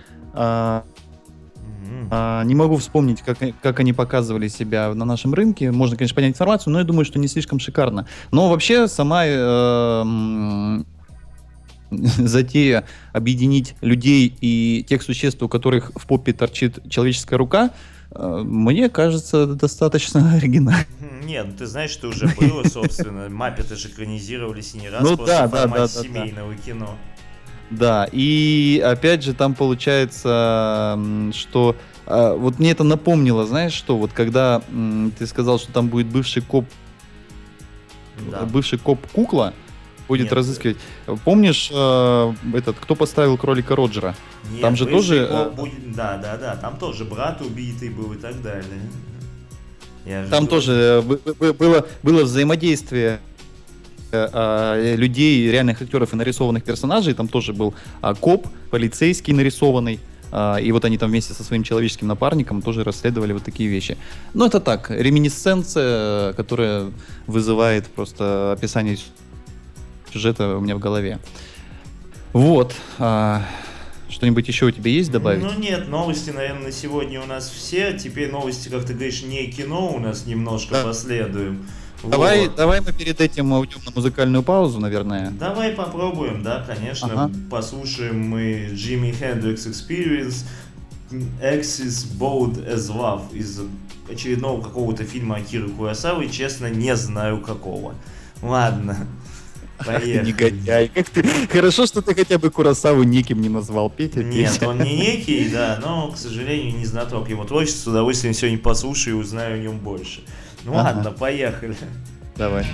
Uh, не могу вспомнить, как, как они показывали себя на нашем рынке. Можно, конечно, понять информацию, но я думаю, что не слишком шикарно. Но вообще сама э, затея объединить людей и тех существ, у которых в попе торчит человеческая рука, э, мне кажется, достаточно оригинально. Нет, ну ты знаешь, что уже было, собственно. Маппеты же экранизировались и не раз ну, после да, формата да, да, семейного да. кино. Да, и опять же там получается, что э, вот мне это напомнило, знаешь что, вот когда м, ты сказал, что там будет бывший коп, да. бывший коп-кукла, будет Нет. разыскивать. Помнишь, э, этот, кто поставил кролика Роджера? Нет, Там же тоже... Бывший э, Боб будет- Да, да, да, там тоже брат убитый был и так далее. Я же Там говорю. тоже э, бы- бы- было, было взаимодействие э, э, людей, реальных актеров и нарисованных персонажей. Там тоже был а, коп, полицейский нарисованный. а, И вот они там вместе со своим человеческим напарником тоже расследовали вот такие вещи. Ну, это так, реминисценция, которая вызывает просто описание сюжета у меня в голове. Вот. а, Что-нибудь еще у тебя есть добавить? Ну нет, новости, наверное, на сегодня у нас все. Теперь новости, как ты говоришь, не кино у нас немножко Да. последуем. Давай, Вот. давай мы перед этим уйдем на музыкальную паузу, наверное. Давай попробуем, да, конечно. Ага. Послушаем мы Jimi Hendrix Experience X is Bold as Love из очередного какого-то фильма Акиры Куросавы. Честно, не знаю какого. Ладно. Поехали. Негодяй. Как ты... Хорошо, что ты хотя бы Куросаву неким не назвал, Петя. Нет, Петя. он не некий, да, но, к сожалению, не знаток его творчества. С удовольствием сегодня послушаю и узнаю о нем больше. Ну Ага. ладно, поехали. Давай.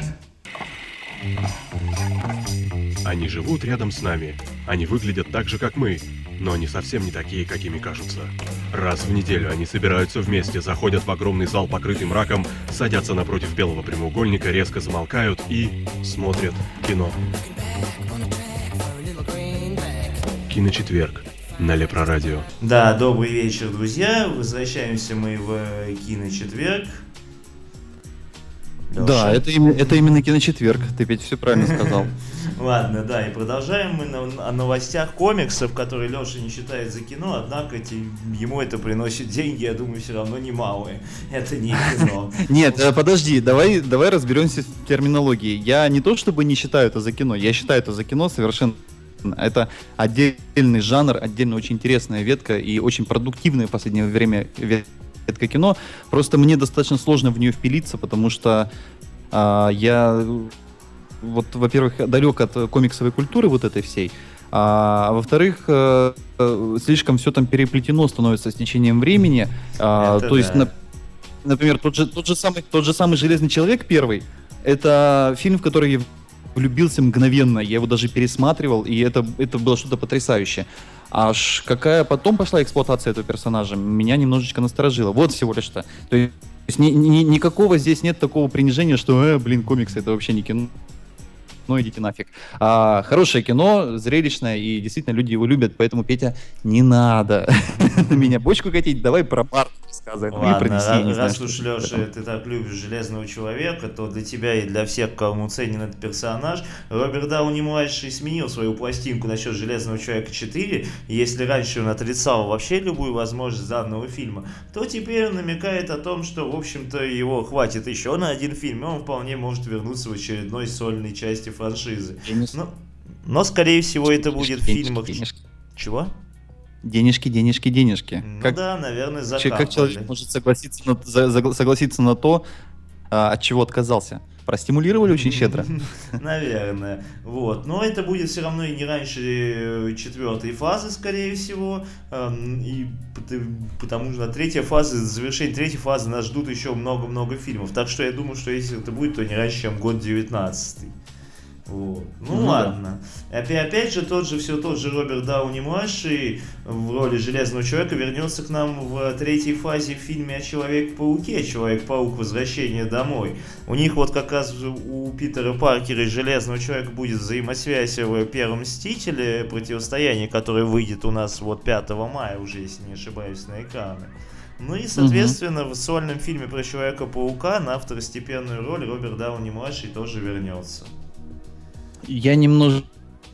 Они живут рядом с нами. Они выглядят так же, как мы, но они совсем не такие, какими кажутся. Раз в неделю они собираются вместе, заходят в огромный зал, покрытый мраком, садятся напротив белого прямоугольника, резко замолкают и смотрят кино. Киночетверг на Лепрорадио. Да, добрый вечер, друзья. Возвращаемся мы в киночетверг. Лёша. Да, это, именно- это именно киночетверг. Ты, Петя, все правильно сказал. Ладно, да, и продолжаем мы на, о новостях комиксов, которые Леша не считает за кино, однако те- ему это приносит деньги, я думаю, все равно немалые. Это не кино. Нет, э, подожди, давай, давай разберемся в терминологии. Я не то чтобы не считаю это за кино, я считаю это за кино совершенно. Это отдельный жанр, отдельно очень интересная ветка и очень продуктивная в последнее время ветка кино. Просто мне достаточно сложно в нее впилиться, потому что а, я, вот, во-первых, далек от комиксовой культуры вот этой всей, а во-вторых, э, э, слишком все там переплетено становится с течением времени. А, Это то есть, да. на- например, тот же, тот, же самый, тот же самый «Железный человек» первый, это фильм, в который я влюбился мгновенно, я его даже пересматривал, и это, это было что-то потрясающее. Аж какая потом пошла эксплуатация этого персонажа, меня немножечко насторожило. Вот всего лишь что. То есть ни- ни- никакого здесь нет такого принижения, что, э, блин, комиксы это вообще не кино. Ну идите нафиг. А, хорошее кино, зрелищное, и действительно люди его любят, поэтому, Петя, не надо на меня бочку катить, давай про Марвел рассказывай. Ну и про Ладно, Ди Си, я ра- не знаю, раз что уж, ты Леша, там. ты так любишь Железного Человека, то для тебя и для всех, кому ценен этот персонаж, Роберт Дауни-младший сменил свою пластинку насчет Железного Человека четыре, и если раньше он отрицал вообще любую возможность данного фильма, то теперь он намекает о том, что, в общем-то, его хватит еще на один фильм, и он вполне может вернуться в очередной сольной части франшизы. Я не Но, но скорее всего, это будет в Денежки, фильмах... денежки. Чего? Денежки, денежки, денежки. Ну как, да, наверное, вообще, закапали. как человек может согласиться на, за- за- согласиться на то, а, от чего отказался? Простимулировали очень щедро. Наверное. Вот. Но это будет все равно и не раньше четвертой фазы, скорее всего. Эм, И пот- потому что на третьей фазе, завершение третьей фазы нас ждут еще много-много фильмов. Так что я думаю, что если это будет, то не раньше, чем год девятнадцатый. Вот. Ну, Ну да. ладно. Опять, опять же, тот же, все тот же Роберт Дауни-младший в роли Железного Человека вернется к нам в третьей фазе в фильме о Человеке-пауке, Человек-паук. Возвращение домой. У них вот как раз у Питера Паркера и Железного Человека будет взаимосвязь в Первом Мстителе, противостояние, которое выйдет у нас вот пятого мая уже, если не ошибаюсь, на экраны. Ну и, соответственно, в сольном фильме про Человека-паука на второстепенную роль Роберт Дауни-младший тоже вернется. Я немножечко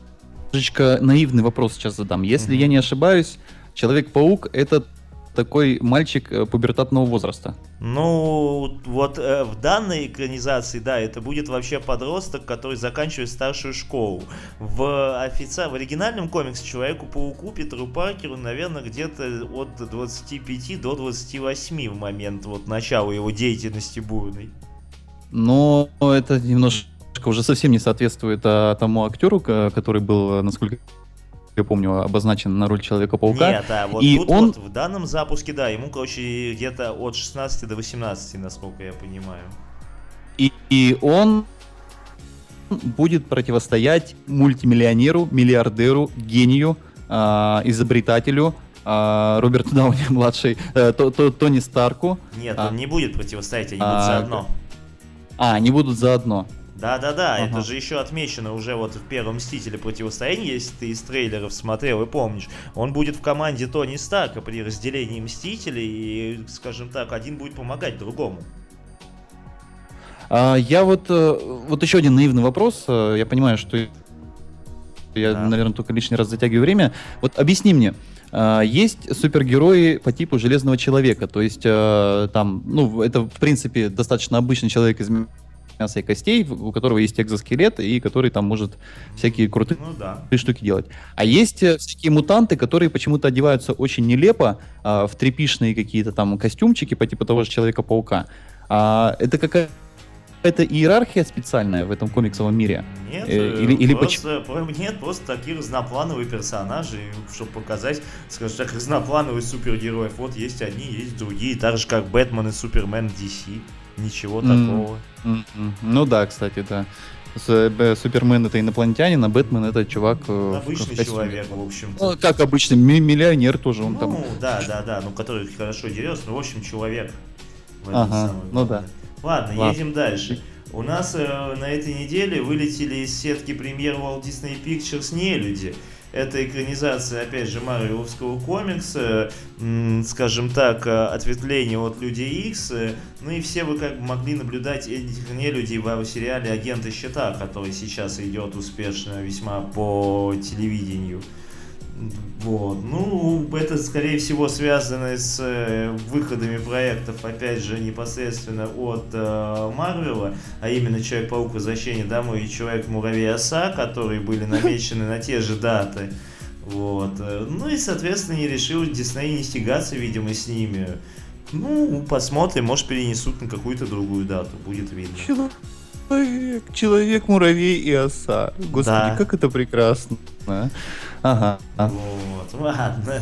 наивный вопрос сейчас задам. Если Мгм. я не ошибаюсь, Человек-паук — это такой мальчик э, пубертатного возраста. Ну, вот э, в данной экранизации, да, это будет вообще подросток, который заканчивает старшую школу. В, офици... в оригинальном комиксе Человеку-пауку Питеру Паркеру, наверное, где-то от двадцати пяти до двадцати восьми в момент вот начала его деятельности бурной. Но это немножко уже совсем не соответствует а, тому актеру, ко- который был, насколько я помню, обозначен на роль Человека-паука. Нет, а вот И тут он- вот в данном запуске, да, ему, короче, где-то от шестнадцати до восемнадцати, насколько я понимаю. И, и он будет противостоять мультимиллионеру, миллиардеру, гению, э, изобретателю э, Роберту Дауни-младший, э, то, то, Тони Старку. Нет, а, он не будет противостоять, они а, будут заодно. А, они будут заодно. Да-да-да, Ага. это же еще отмечено уже вот в первом «Мстителе. Противостояние», если ты из трейлеров смотрел и помнишь. Он будет в команде Тони Старка при разделении Мстителей, и, скажем так, один будет помогать другому. А, я вот, э, вот еще один наивный вопрос. Э, Я понимаю, что я, Да. наверное, только лишний раз затягиваю время. Вот объясни мне, а, есть супергерои по типу Железного Человека, то есть э, там, ну, это в принципе достаточно обычный человек из мяса и костей, у которого есть экзоскелет и который там может всякие крутые Ну да. штуки делать. А есть э, всякие мутанты, которые почему-то одеваются очень нелепо а, в тряпичные какие-то там костюмчики по типу того же Человека-паука. А, это какая Это иерархия специальная в этом комиксовом мире? Нет, Э, или- или просто, по- нет, просто такие разноплановые персонажи, чтобы показать, скажем так, разноплановых супергероев. Вот есть одни, есть другие, так же как Бэтмен и Супермен ди си. Ничего М. такого. М-м. Ну да, кстати, да. С- Б- Супермен это инопланетянин, а Бэтмен это чувак э, в- в Обычный костюме. человек, в общем-то. Ну, как обычно, ми- миллионер тоже он Ну, там. да, да, да, ну который хорошо дерется, ну, в общем, человек. В этом Ага, самом ну главное. Ладно, Ладно. едем дальше. У нас э, на этой неделе вылетели из сетки премьер Walt Disney Pictures «Нелюди». Это экранизация, опять же, марвеловского комикса, м, скажем так, э, ответвление от Людей Икс. э, Ну и все вы как бы могли наблюдать этих нелюдей в сериале «Агенты Щита», который сейчас идет успешно весьма по телевидению. Вот. Ну, это, скорее всего, связано с э, выходами проектов, опять же, непосредственно от э, Марвела, а именно Человек-паук Возвращение домой и Человек-муравей Оса, которые были намечены на те же даты. Вот. э, Ну и, соответственно, не решил Дисней не стягаться, видимо, с ними. Ну, посмотрим, может, перенесут на какую-то другую дату, будет видно. Человек, человек, муравей и оса. Господи, Да. как это прекрасно. а? Ага. а. Вот, ладно.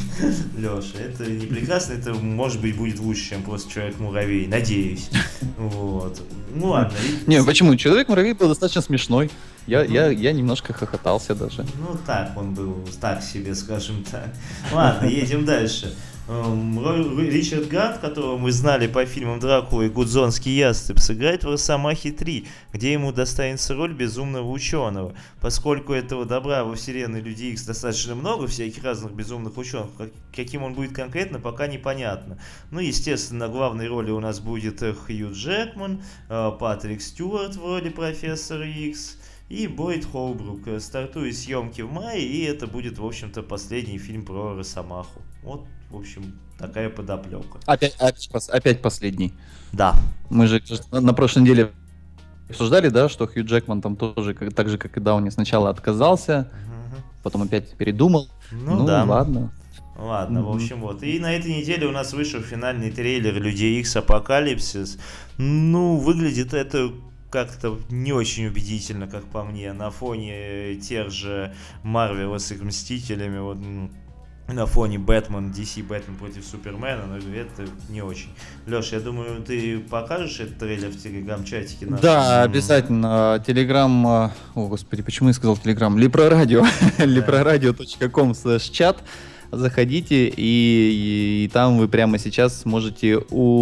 Леша, это не прекрасно, это, может быть, будет лучше, чем просто Человек-муравей, надеюсь. Вот. Ну ладно. и- Не, почему? Человек-муравей был достаточно смешной. Я, я, я немножко хохотался даже. Ну так, он был так себе, скажем так. Ладно, едем дальше. Эм, Ро- Ричард Гант, которого мы знали по фильмам «Дракула» и «Гудзонский ястреб», сыграет в «Росомахе три», где ему достанется роль безумного ученого. Поскольку этого добра во вселенной Люди Икс достаточно много, всяких разных безумных ученых, как- каким он будет конкретно, пока непонятно. Ну, естественно, на главной роли у нас будет э, Хью Джекман, э, Патрик Стюарт в роли профессора Икс, и Бойд Холбрук. Э, Стартует съемки в мае, и это будет, в общем-то, последний фильм про Росомаху. Вот, в общем, такая подоплека. Опять, опять, пос- опять последний. Да. Мы же на, на прошлой неделе обсуждали, да, что Хью Джекман там тоже, как, так же, как и Дауни, сначала отказался, потом опять передумал. Ну, Ну, да. ладно. Ладно, в Мгм. общем, вот. И на этой неделе у нас вышел финальный трейлер Людей Икс Апокалипсис. Ну, выглядит это как-то не очень убедительно, как по мне, на фоне тех же Марвела с их Мстителями, вот, ну, на фоне Бэтмен, ди си Бэтмен против Супермена, но это не очень. Леш, я думаю, ты покажешь этот трейлер в телеграм-чатике нашем? Да, обязательно. Телеграм... а, О, господи, почему я сказал Телеграм? Лепрорадио. лепрорадио точка ком слэш чат. Заходите, и, и, и там вы прямо сейчас сможете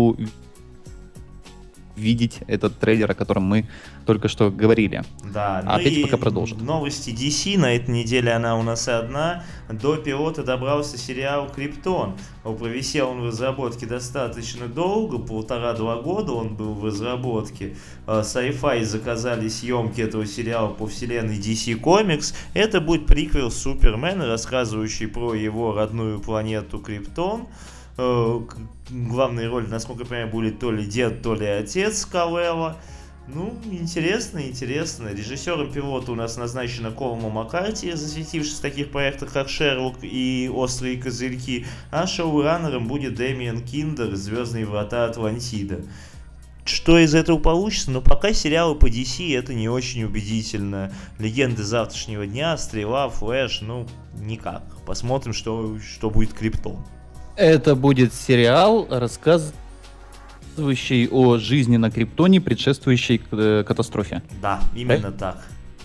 увидеть этот трейлер, о котором мы только что говорили. Да, А ну опять и пока продолжим. новости ди си, на этой неделе она у нас одна. До пилота добрался сериал «Криптон». Провисел он в разработке достаточно долго, полтора-два года он был в разработке. Sci-Fi заказали съемки этого сериала по вселенной ди си Comics. Это будет приквел Супермена, рассказывающий про его родную планету Криптон. Э, к- Главной роли, насколько я понимаю, будет то ли дед, то ли отец Калела. Ну, интересно, интересно. Режиссером пилота у нас назначена Колма Маккарти, засветившись в таких проектах, как «Шерлок» и «Острые козырьки», а шоураннером будет Дэмиан Киндер, «Звездные врата Атлантида». Что из этого получится? Но пока сериалы по ди си это не очень убедительно. «Легенды завтрашнего дня», «Стрела», «Флэш», ну, никак. Посмотрим, что, что будет Криптон. Это будет сериал, рассказывающий рассказывающей о жизни на Криптоне, предшествующей к- э, катастрофе. Да, именно так.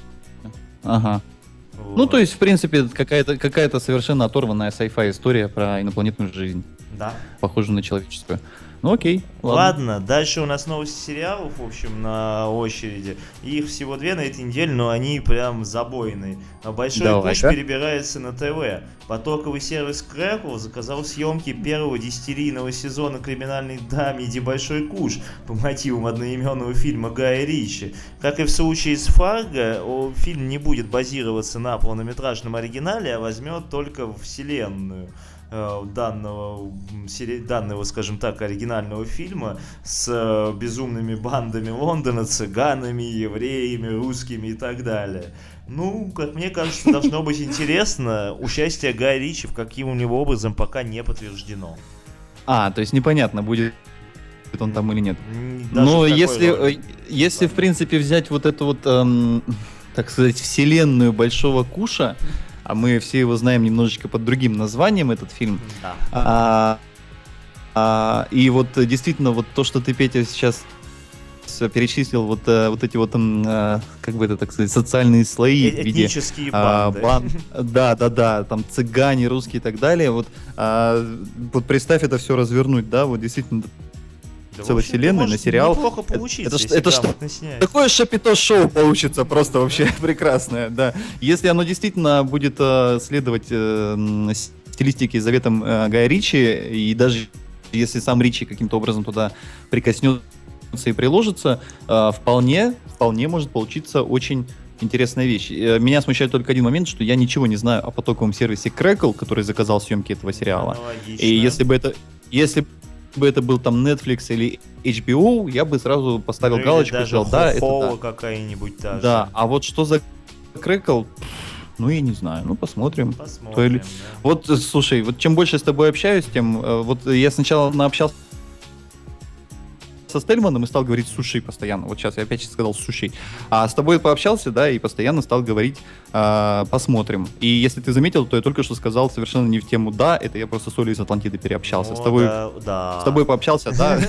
Ага. Вот. Ну, то есть, в принципе, какая-то, какая-то совершенно оторванная sci-fi история про инопланетную жизнь, Да. похожую на человеческую. Ну, окей, ладно. Ладно, дальше у нас новости сериалов, в общем, на очереди. Их всего две на этой неделе, но они прям забойные. А Большой Давай-ка. куш перебирается на ТВ. Потоковый сервис Crackle заказал съемки первого десятисерийного сезона криминальной драмеди «Большой куш» по мотивам одноименного фильма Гая Ричи. Как и в случае с Фарго, о, фильм не будет базироваться на полнометражном оригинале, а возьмет только вселенную э, данного, м, сери- данного, скажем так, оригинального фильма с э, безумными бандами Лондона, цыганами, евреями, русскими и так далее. Ну, как мне кажется, должно быть интересно. Участие Гая Ричи в каким-либо образом пока не подтверждено. А, то есть непонятно, будет он там или нет. М, даже Но в какой если, роли. э, если в принципе взять вот эту вот, эм, так сказать, вселенную Большого Куша, а мы все его знаем немножечко под другим названием, этот фильм, Да. а, а, и вот э, действительно вот то, что ты, Петя, сейчас с- перечислил, вот, э, вот эти вот, м, э, как бы это так сказать, социальные слои Э- в виде... Этнические а, банды. бан- Да, да, да, там цыгане, русские и так далее. Вот, а, вот представь это все развернуть, да, вот действительно Да, целой в общем-то, вселенной на может сериал. неплохо Это- получится, это ш- если это что- грамотно снять. такое шапито-шоу получится просто вообще прекрасное, да. Если оно действительно будет э, следовать э, м, стилистике и заветам э, Гая Ричи, и даже если сам Ричи каким-то образом туда прикоснется и приложится, э, вполне, вполне может получиться очень интересная вещь. Э, Меня смущает только один момент, что я ничего не знаю о потоковом сервисе Crackle, который заказал съемки этого сериала. Аналогично. И если бы это, если бы это был там Netflix или эйч би о, я бы сразу поставил Ну, или галочку и даже сказал, да, это Хохола да. какая-нибудь та же. Да, а вот что за Crackle, пф, ну я не знаю, ну посмотрим. Посмотрим, То ли- да. Вот, э, слушай, вот чем больше я с тобой общаюсь, тем э, вот я сначала наобщался со Стельманом и стал говорить суши постоянно. Вот сейчас я опять сказал суши. А с тобой пообщался, да, и постоянно стал говорить а, посмотрим. И если ты заметил, то я только что сказал совершенно не в тему да, это я просто с Олей из Атлантиды переобщался. С О, тобой, да, да. с тобой пообщался, да.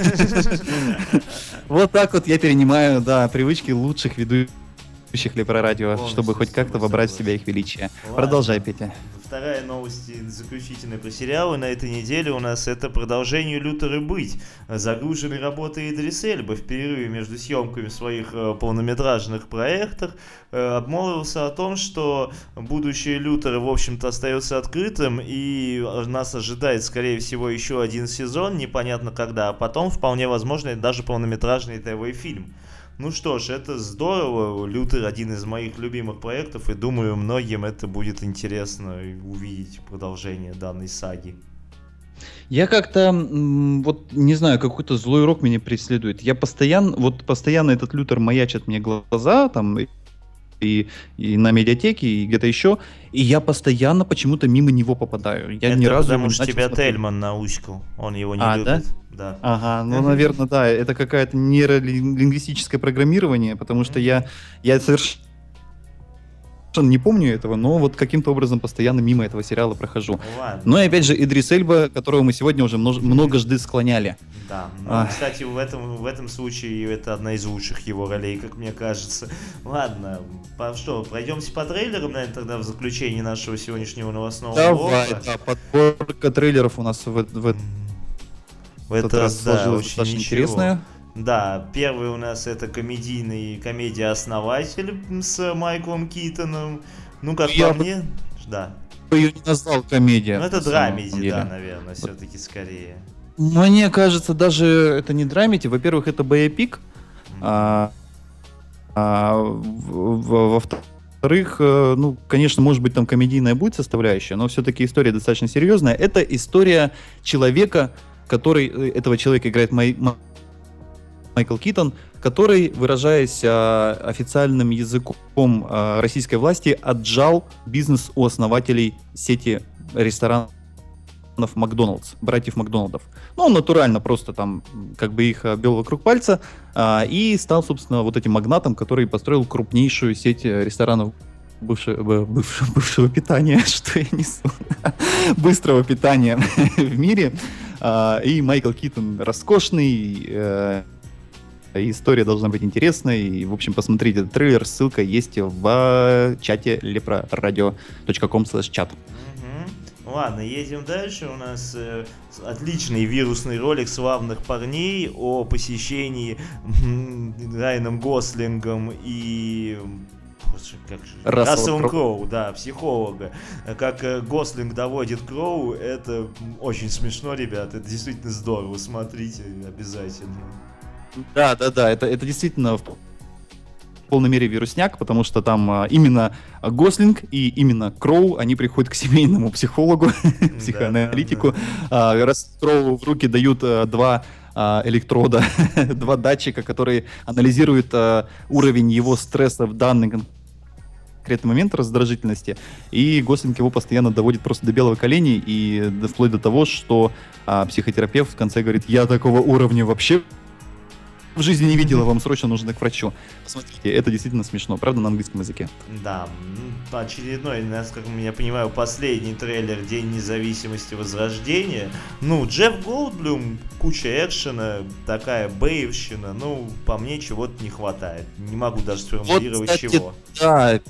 Вот так вот я перенимаю, да, привычки лучших ведущих Лепрорадио, Полностью чтобы хоть с как-то тобой вобрать в согласен. себя их величие. Ладно. Продолжай, Петя. Вторая новость и заключительная про сериалы на этой неделе у нас это продолжение «Лютер и быть». Загруженный работой Идрис Эльба в перерыве между съемками своих э, полнометражных проектов э, обмолвился о том, что будущее Лютера, в общем-то, остается открытым, и нас ожидает, скорее всего, еще один сезон, непонятно когда, а потом, вполне возможно, даже полнометражный ТВ-фильм. Ну что ж, это здорово. Лютер один из моих любимых проектов, и думаю, многим это будет интересно увидеть продолжение данной саги. Я как-то, м, вот, не знаю, какой-то злой рок меня преследует. Я постоянно, вот, постоянно этот Лютер маячит мне глаза, там, и, и, и на медиатеке, и где-то еще, и я постоянно почему-то мимо него попадаю. Я это ни разу его потому не что начал тебя смотреть. Тельман наускал, он его не А, любит. Да? Ага, ну, наверное, да, это какое-то нейролингвистическое программирование, потому что я, я совершенно не помню этого, но вот каким-то образом постоянно мимо этого сериала прохожу. Ладно. Ну и опять же, Идрис Эльба, которого мы сегодня уже множ- многожды склоняли. Да, ну, Ах. кстати, в этом, в этом случае это одна из лучших его ролей, как мне кажется. Ладно, по, что, пройдемся по трейлерам, наверное, тогда в заключении нашего сегодняшнего новостного Давай, блока. да, подборка трейлеров у нас в, в В этот этот раз раз, да, сложилась очень достаточно ничего. интересная. Да, первый у нас это комедийный комедия «Основатель» с Майклом Китоном. Ну, как Я по бы- мне, да. Я ее не назвал комедия. Ну, это на самом драмеди, деле. да, наверное, все-таки скорее. Мне кажется, даже это не драмеди. Во-первых, это боепик. А, а, в- в- во-вторых, э, ну, конечно, может быть, там комедийная будет составляющая, но все-таки история достаточно серьезная. Это история человека, который, э, этого человека играет Май- Ма- Майкл Китон, который, выражаясь а, официальным языком а, российской власти, отжал бизнес у основателей сети ресторанов Макдоналдс, братьев Макдональдов. Ну, он натурально просто там м, как бы их обвел вокруг пальца а, и стал, собственно, вот этим магнатом, который построил крупнейшую сеть э, ресторанов бывшего, бывшего, бывшего питания, что я несу, быстрого питания в мире. А, и Майкл Китон роскошный, э, история должна быть интересной. И, в общем, посмотрите этот трейлер, ссылка есть в чате лепрорадио точка ком слэш чат. Ладно, едем дальше. У нас э, отличный вирусный ролик славных парней о посещении Райаном Гослингом и... Как же? Расселом Кроу. Кроу, да, психолога. Как э, Гослинг доводит Кроу, это очень смешно, ребят. Это действительно здорово. Смотрите обязательно. Да, да, да. Это, это действительно... в полной мере вирусняк, потому что там а, именно Гослинг и именно Кроу, они приходят к семейному психологу, психоаналитику. Да, да. А, раз Кроу в руки дают а, два а, электрода, два датчика, которые анализируют а, уровень его стресса в данный конкретный момент, раздражительности, и Гослинг его постоянно доводит просто до белого коленя, и вплоть до того, что а, психотерапевт в конце говорит: я такого уровня вообще в жизни не видела, вам срочно нужно к врачу. Посмотрите, это действительно смешно, правда, на английском языке. Да, очередной, насколько я понимаю, последний трейлер День независимости Возрождения. Ну, Джефф Голдблюм, куча экшена, такая бэевщина, ну, по мне чего-то не хватает. Не могу даже сформулировать, вот, кстати, чего. Да,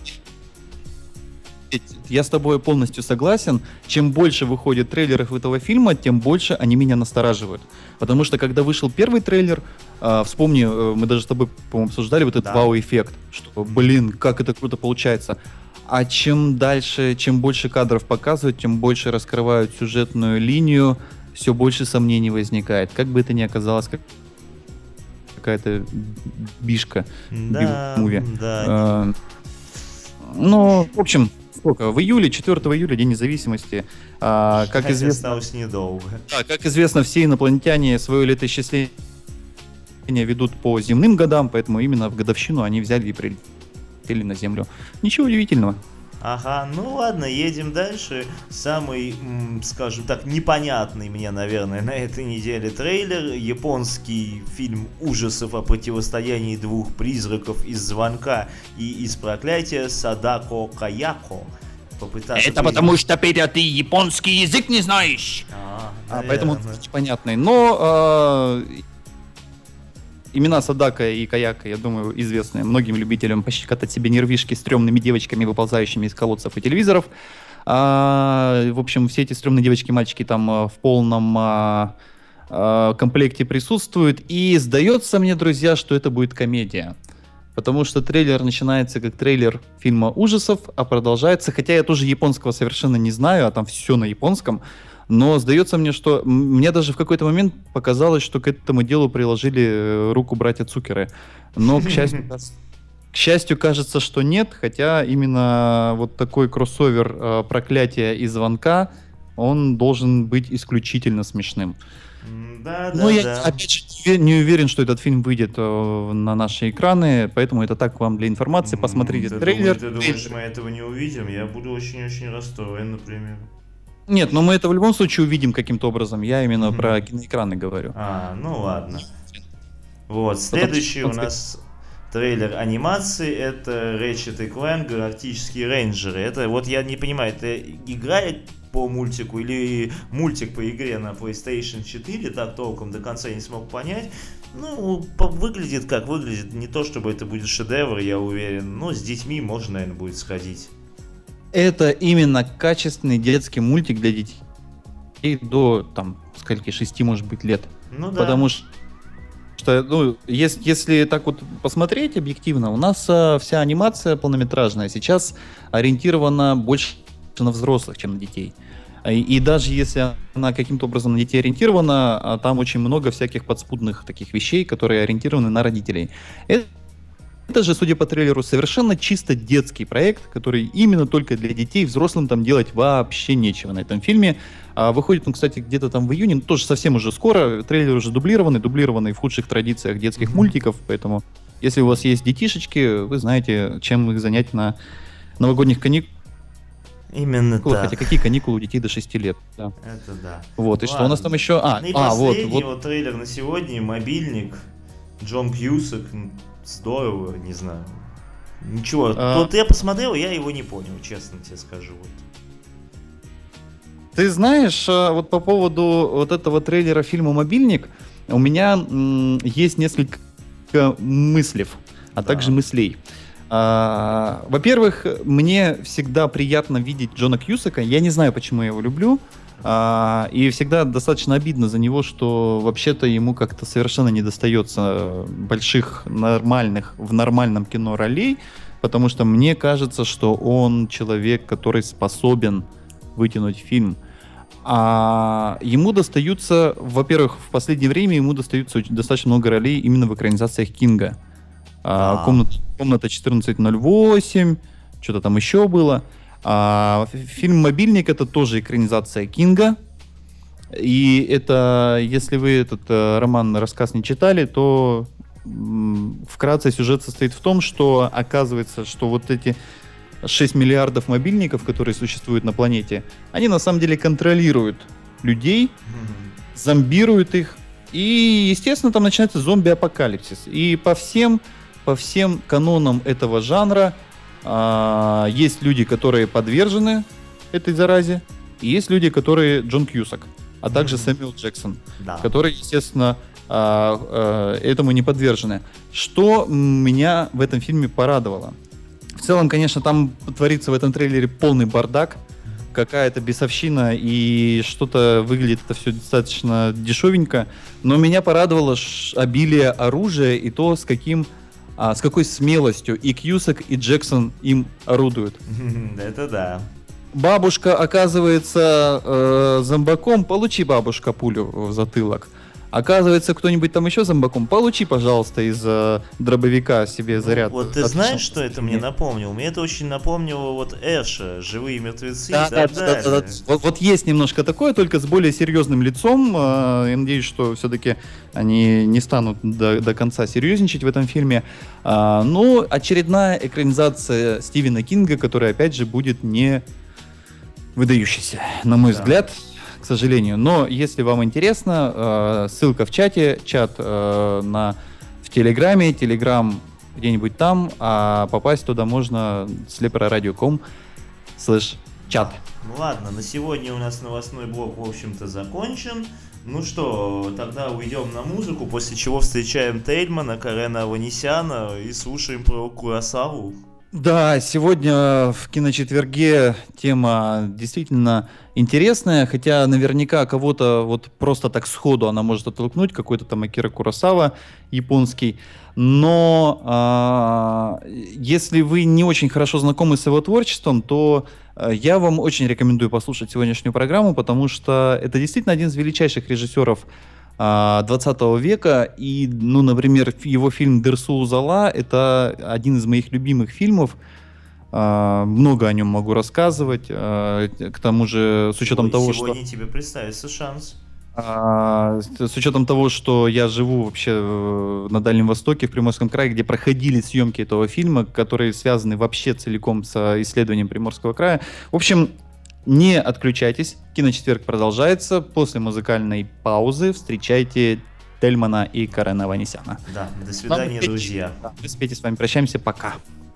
я с тобой полностью согласен. Чем больше выходит трейлеров этого фильма, тем больше они меня настораживают. Потому что когда вышел первый трейлер, э, вспомни, э, мы даже с тобой, по-моему, обсуждали вот этот да. вау-эффект, что, блин, как это круто получается. А чем дальше, чем больше кадров показывают, тем больше раскрывают сюжетную линию, все больше сомнений возникает. Как бы это ни оказалось, как какая-то бишка да, би-муви. Да. Э, ну, в общем... Сколько? В июле, четвёртого июля, День независимости. А, как Хотя известно, осталось недолго. Да, как известно, все инопланетяне свое летоисчисление ведут по земным годам, поэтому именно в годовщину они взяли и прилетели на Землю. Ничего удивительного. Ага, ну ладно, едем дальше. Самый, м, скажем так, непонятный мне, наверное, на этой неделе трейлер. Японский фильм ужасов о противостоянии двух призраков из «Звонка» и из «Проклятия» Садако Каяко. Попытаться Это потому что, Петя, ты японский язык не знаешь. А, а, поэтому он непонятный. Но... Э- Имена Садако и Каяко, я думаю, известны многим любителям пощекотать себе нервишки стрёмными девочками, выползающими из колодцев и телевизоров. А, в общем, все эти стрёмные девочки и мальчики там а, в полном а, а, комплекте присутствуют. И сдается мне, друзья, что это будет комедия. Потому что трейлер начинается как трейлер фильма ужасов, а продолжается, хотя я тоже японского совершенно не знаю, а там все на японском. Но сдается мне, что... Мне даже в какой-то момент показалось, что к этому делу приложили руку братья Цукеры. Но, к счастью, к счастью, кажется, что нет. Хотя именно вот такой кроссовер э, «Проклятия» и «Звонка», он должен быть исключительно смешным. Да, Но да, я, да. опять же, не уверен, что этот фильм выйдет э, на наши экраны, поэтому это так вам для информации. Посмотрите ты трейлер. Думаешь, ты думаешь, мы этого не увидим? Я буду очень-очень расстроен, например. Нет, но мы это в любом случае увидим каким-то образом. Я именно mm-hmm. про киноэкраны говорю. А, ну ладно. Вот, следующий у нас трейлер анимации. Это Ratchet и Clank Галактические рейнджеры. Это, вот я не понимаю, это игра по мультику или мультик по игре на PlayStation четыре? Так толком до конца не смог понять. Ну, выглядит как выглядит. Не то, чтобы это будет шедевр, я уверен. Но с детьми можно, наверное, будет сходить. Это именно качественный детский мультик для детей до, там, скольки, шести, может быть, лет. Ну да. Потому что, что ну, если, если так вот посмотреть объективно, у нас а, вся анимация полнометражная сейчас ориентирована больше на взрослых, чем на детей. И, и даже если она каким-то образом на детей ориентирована, а, там очень много всяких подспудных таких вещей, которые ориентированы на родителей. Это Это же, судя по трейлеру, совершенно чисто детский проект, который именно только для детей, взрослым там делать вообще нечего на этом фильме. А выходит он, кстати, где-то там в июне, ну, тоже совсем уже скоро. Трейлер уже дублированный, дублированный в худших традициях детских mm-hmm. мультиков, поэтому если у вас есть детишечки, вы знаете, чем их занять на новогодних каникулах. Именно так. Хотя какие каникулы у детей до шести лет? Да. Это да. Вот, и Ладно. Что у нас там еще? А, ну и а вот, последний вот. вот трейлер на сегодня, мобильник, Джон Кьюсак. Здорово, не знаю. Ничего, а... вот я посмотрел, я его не понял, честно тебе скажу. Вот. Ты знаешь, э, вот по поводу вот этого трейлера фильма «Мобильник» у меня м, есть несколько мыслей, а Да. также мыслей. А, во-первых, мне всегда приятно видеть Джона Кьюсака. Я не знаю, почему я его люблю. А, и всегда достаточно обидно за него, что вообще-то ему как-то совершенно не достается больших, нормальных, в нормальном кино ролей, потому что мне кажется, что он человек, который способен вытянуть фильм. А ему достаются, во-первых, в последнее время ему достаются очень- достаточно много ролей именно в экранизациях Кинга. А, А. комната, комната четырнадцать ноль восемь, что-то там еще было. А, фи- фильм «Мобильник» — это тоже экранизация Кинга. И это, если вы этот э, роман, рассказ не читали, то м, вкратце сюжет состоит в том, что оказывается, что вот эти шесть миллиардов мобильников, которые существуют на планете, они на самом деле контролируют людей, зомбируют их, и, естественно, там начинается зомби-апокалипсис. И по всем, по всем канонам этого жанра а, есть люди, которые подвержены этой заразе, и есть люди, которые Джон Кьюсак, а также Мгм. Сэмюэл Джексон, Да. которые, естественно, а, а, этому не подвержены. Что меня в этом фильме порадовало? В целом, конечно, там творится в этом трейлере полный бардак, какая-то бесовщина, и что-то выглядит это все достаточно дешевенько. Но меня порадовало ш- обилие оружия и то, с каким, а, с какой смелостью и Кьюсак, и Джексон им орудуют. Это да. Бабушка оказывается э, зомбаком, получи, бабушка, пулю в затылок. Оказывается, кто-нибудь там еще зомбаком, получи, пожалуйста, из э, дробовика себе заряд. Вот ты Отлично. знаешь, что это мне напомнило? Мне это очень напомнило вот Эша, «Живые мертвецы» Да, и да, так да, да, да, далее. да. Вот, вот есть немножко такое, только с более серьезным лицом. Э, Я надеюсь, что все-таки они не станут до, до конца серьезничать в этом фильме. А, Ну, очередная экранизация Стивена Кинга, которая, опять же, будет не выдающейся, на мой Да. взгляд, к сожалению. Но если вам интересно, э, ссылка в чате, чат э, на, в Телеграме, Телеграм где-нибудь там, а попасть туда можно с лепрорадио точка ком слэш чат. Ну ладно, на сегодня у нас новостной блок, в общем-то, закончен. Ну что, тогда уйдем на музыку, после чего встречаем Тельмана, Карена Аванесяна и слушаем про Куросаву. Да, сегодня в киночетверге тема действительно интересная, хотя наверняка кого-то вот просто так сходу она может оттолкнуть, какой-то там Акира Куросава японский. Но а, если вы не очень хорошо знакомы с его творчеством, то а, я вам очень рекомендую послушать сегодняшнюю программу, потому что это действительно один из величайших режиссеров двадцатого века, и, ну, например, ф- его фильм «Дерсу Узала» — это один из моих любимых фильмов. А, много о нем могу рассказывать, а, к тому же, с учетом Ой, того, что... сегодня тебе представится шанс. А, с с учетом того, что я живу вообще э, на Дальнем Востоке, в Приморском крае, где проходили съемки этого фильма, которые связаны вообще целиком с э, исследованием Приморского края. В общем, не отключайтесь, киночетверг продолжается. После музыкальной паузы встречайте Тельмана и Карена Аванесяна. Да, до свидания, Нам- друзья. Да, мы с Петей с вами прощаемся, пока.